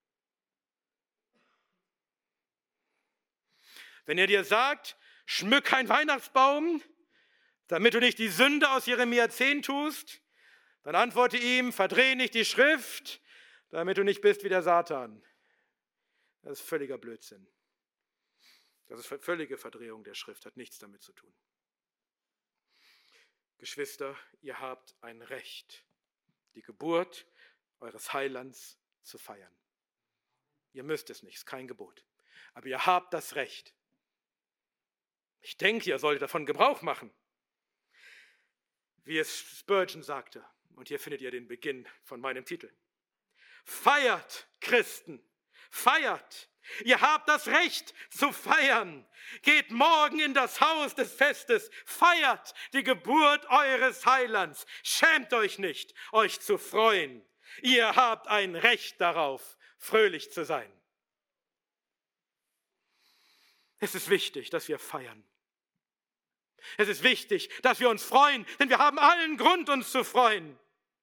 Wenn er dir sagt, schmück einen Weihnachtsbaum, damit du nicht die Sünde aus Jeremia zehn tust, dann antworte ihm, verdreh nicht die Schrift, damit du nicht bist wie der Satan. Das ist völliger Blödsinn. Das ist völlige Verdrehung der Schrift, hat nichts damit zu tun. Geschwister, ihr habt ein Recht, die Geburt eures Heilands zu feiern. Ihr müsst es nicht, es ist kein Gebot. Aber ihr habt das Recht. Ich denke, ihr solltet davon Gebrauch machen. Wie es Spurgeon sagte, und hier findet ihr den Beginn von meinem Titel. Feiert, Christen, feiert. Ihr habt das Recht zu feiern. Geht morgen in das Haus des Festes. Feiert die Geburt eures Heilands. Schämt euch nicht, euch zu freuen. Ihr habt ein Recht darauf, fröhlich zu sein. Es ist wichtig, dass wir feiern. Es ist wichtig, dass wir uns freuen, denn wir haben allen Grund, uns zu freuen.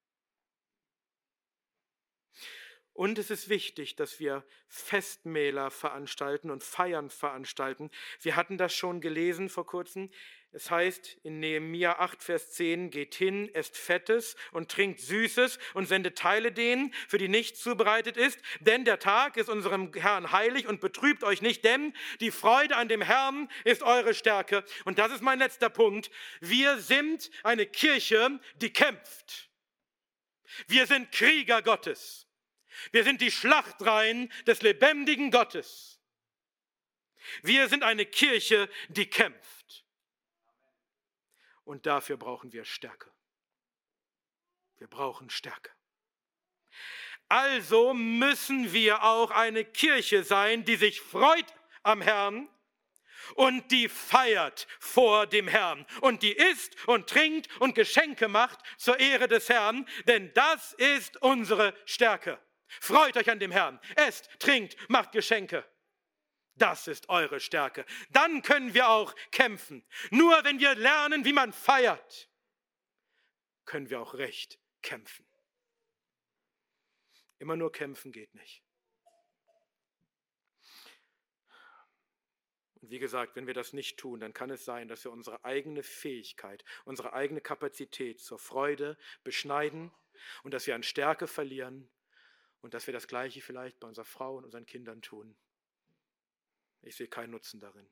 Und es ist wichtig, dass wir Festmähler veranstalten und Feiern veranstalten. Wir hatten das schon gelesen vor kurzem. Es heißt in Nehemia acht, Vers zehn, geht hin, esst Fettes und trinkt Süßes und sendet Teile denen, für die nichts zubereitet ist. Denn der Tag ist unserem Herrn heilig und betrübt euch nicht, denn die Freude an dem Herrn ist eure Stärke. Und das ist mein letzter Punkt. Wir sind eine Kirche, die kämpft. Wir sind Krieger Gottes. Wir sind die Schlachtreihen des lebendigen Gottes. Wir sind eine Kirche, die kämpft. Und dafür brauchen wir Stärke. Wir brauchen Stärke. Also müssen wir auch eine Kirche sein, die sich freut am Herrn und die feiert vor dem Herrn und die isst und trinkt und Geschenke macht zur Ehre des Herrn, denn das ist unsere Stärke. Freut euch an dem Herrn, esst, trinkt, macht Geschenke. Das ist eure Stärke. Dann können wir auch kämpfen. Nur wenn wir lernen, wie man feiert, können wir auch recht kämpfen. Immer nur kämpfen geht nicht. Und wie gesagt, wenn wir das nicht tun, dann kann es sein, dass wir unsere eigene Fähigkeit, unsere eigene Kapazität zur Freude beschneiden und dass wir an Stärke verlieren. Und dass wir das Gleiche vielleicht bei unserer Frau und unseren Kindern tun. Ich sehe keinen Nutzen darin.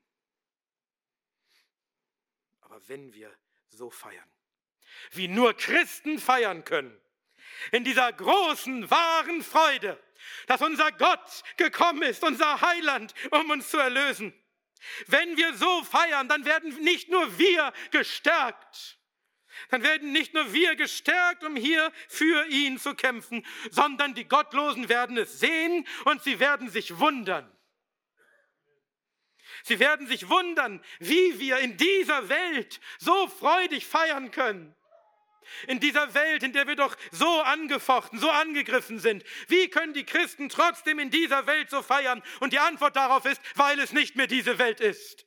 Aber wenn wir so feiern, wie nur Christen feiern können, in dieser großen, wahren Freude, dass unser Gott gekommen ist, unser Heiland, um uns zu erlösen. Wenn wir so feiern, dann werden nicht nur wir gestärkt, dann werden nicht nur wir gestärkt, um hier für ihn zu kämpfen, sondern die Gottlosen werden es sehen und sie werden sich wundern. Sie werden sich wundern, wie wir in dieser Welt so freudig feiern können. In dieser Welt, in der wir doch so angefochten, so angegriffen sind. Wie können die Christen trotzdem in dieser Welt so feiern? Und die Antwort darauf ist, weil es nicht mehr diese Welt ist.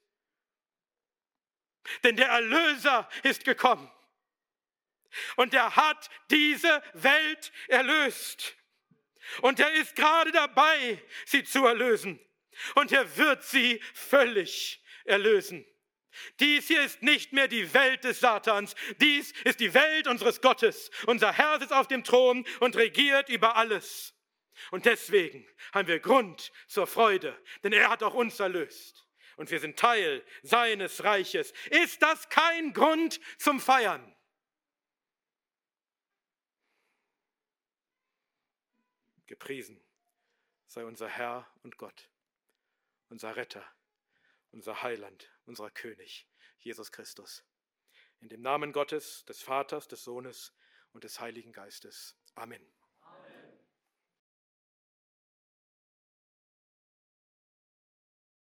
Denn der Erlöser ist gekommen. Und er hat diese Welt erlöst. Und er ist gerade dabei, sie zu erlösen. Und er wird sie völlig erlösen. Dies hier ist nicht mehr die Welt des Satans. Dies ist die Welt unseres Gottes. Unser Herr sitzt auf dem Thron und regiert über alles. Und deswegen haben wir Grund zur Freude, denn er hat auch uns erlöst. Und wir sind Teil seines Reiches. Ist das kein Grund zum Feiern? Gepriesen sei unser Herr und Gott, unser Retter, unser Heiland, unser König, Jesus Christus. In dem Namen Gottes, des Vaters, des Sohnes und des Heiligen Geistes. Amen.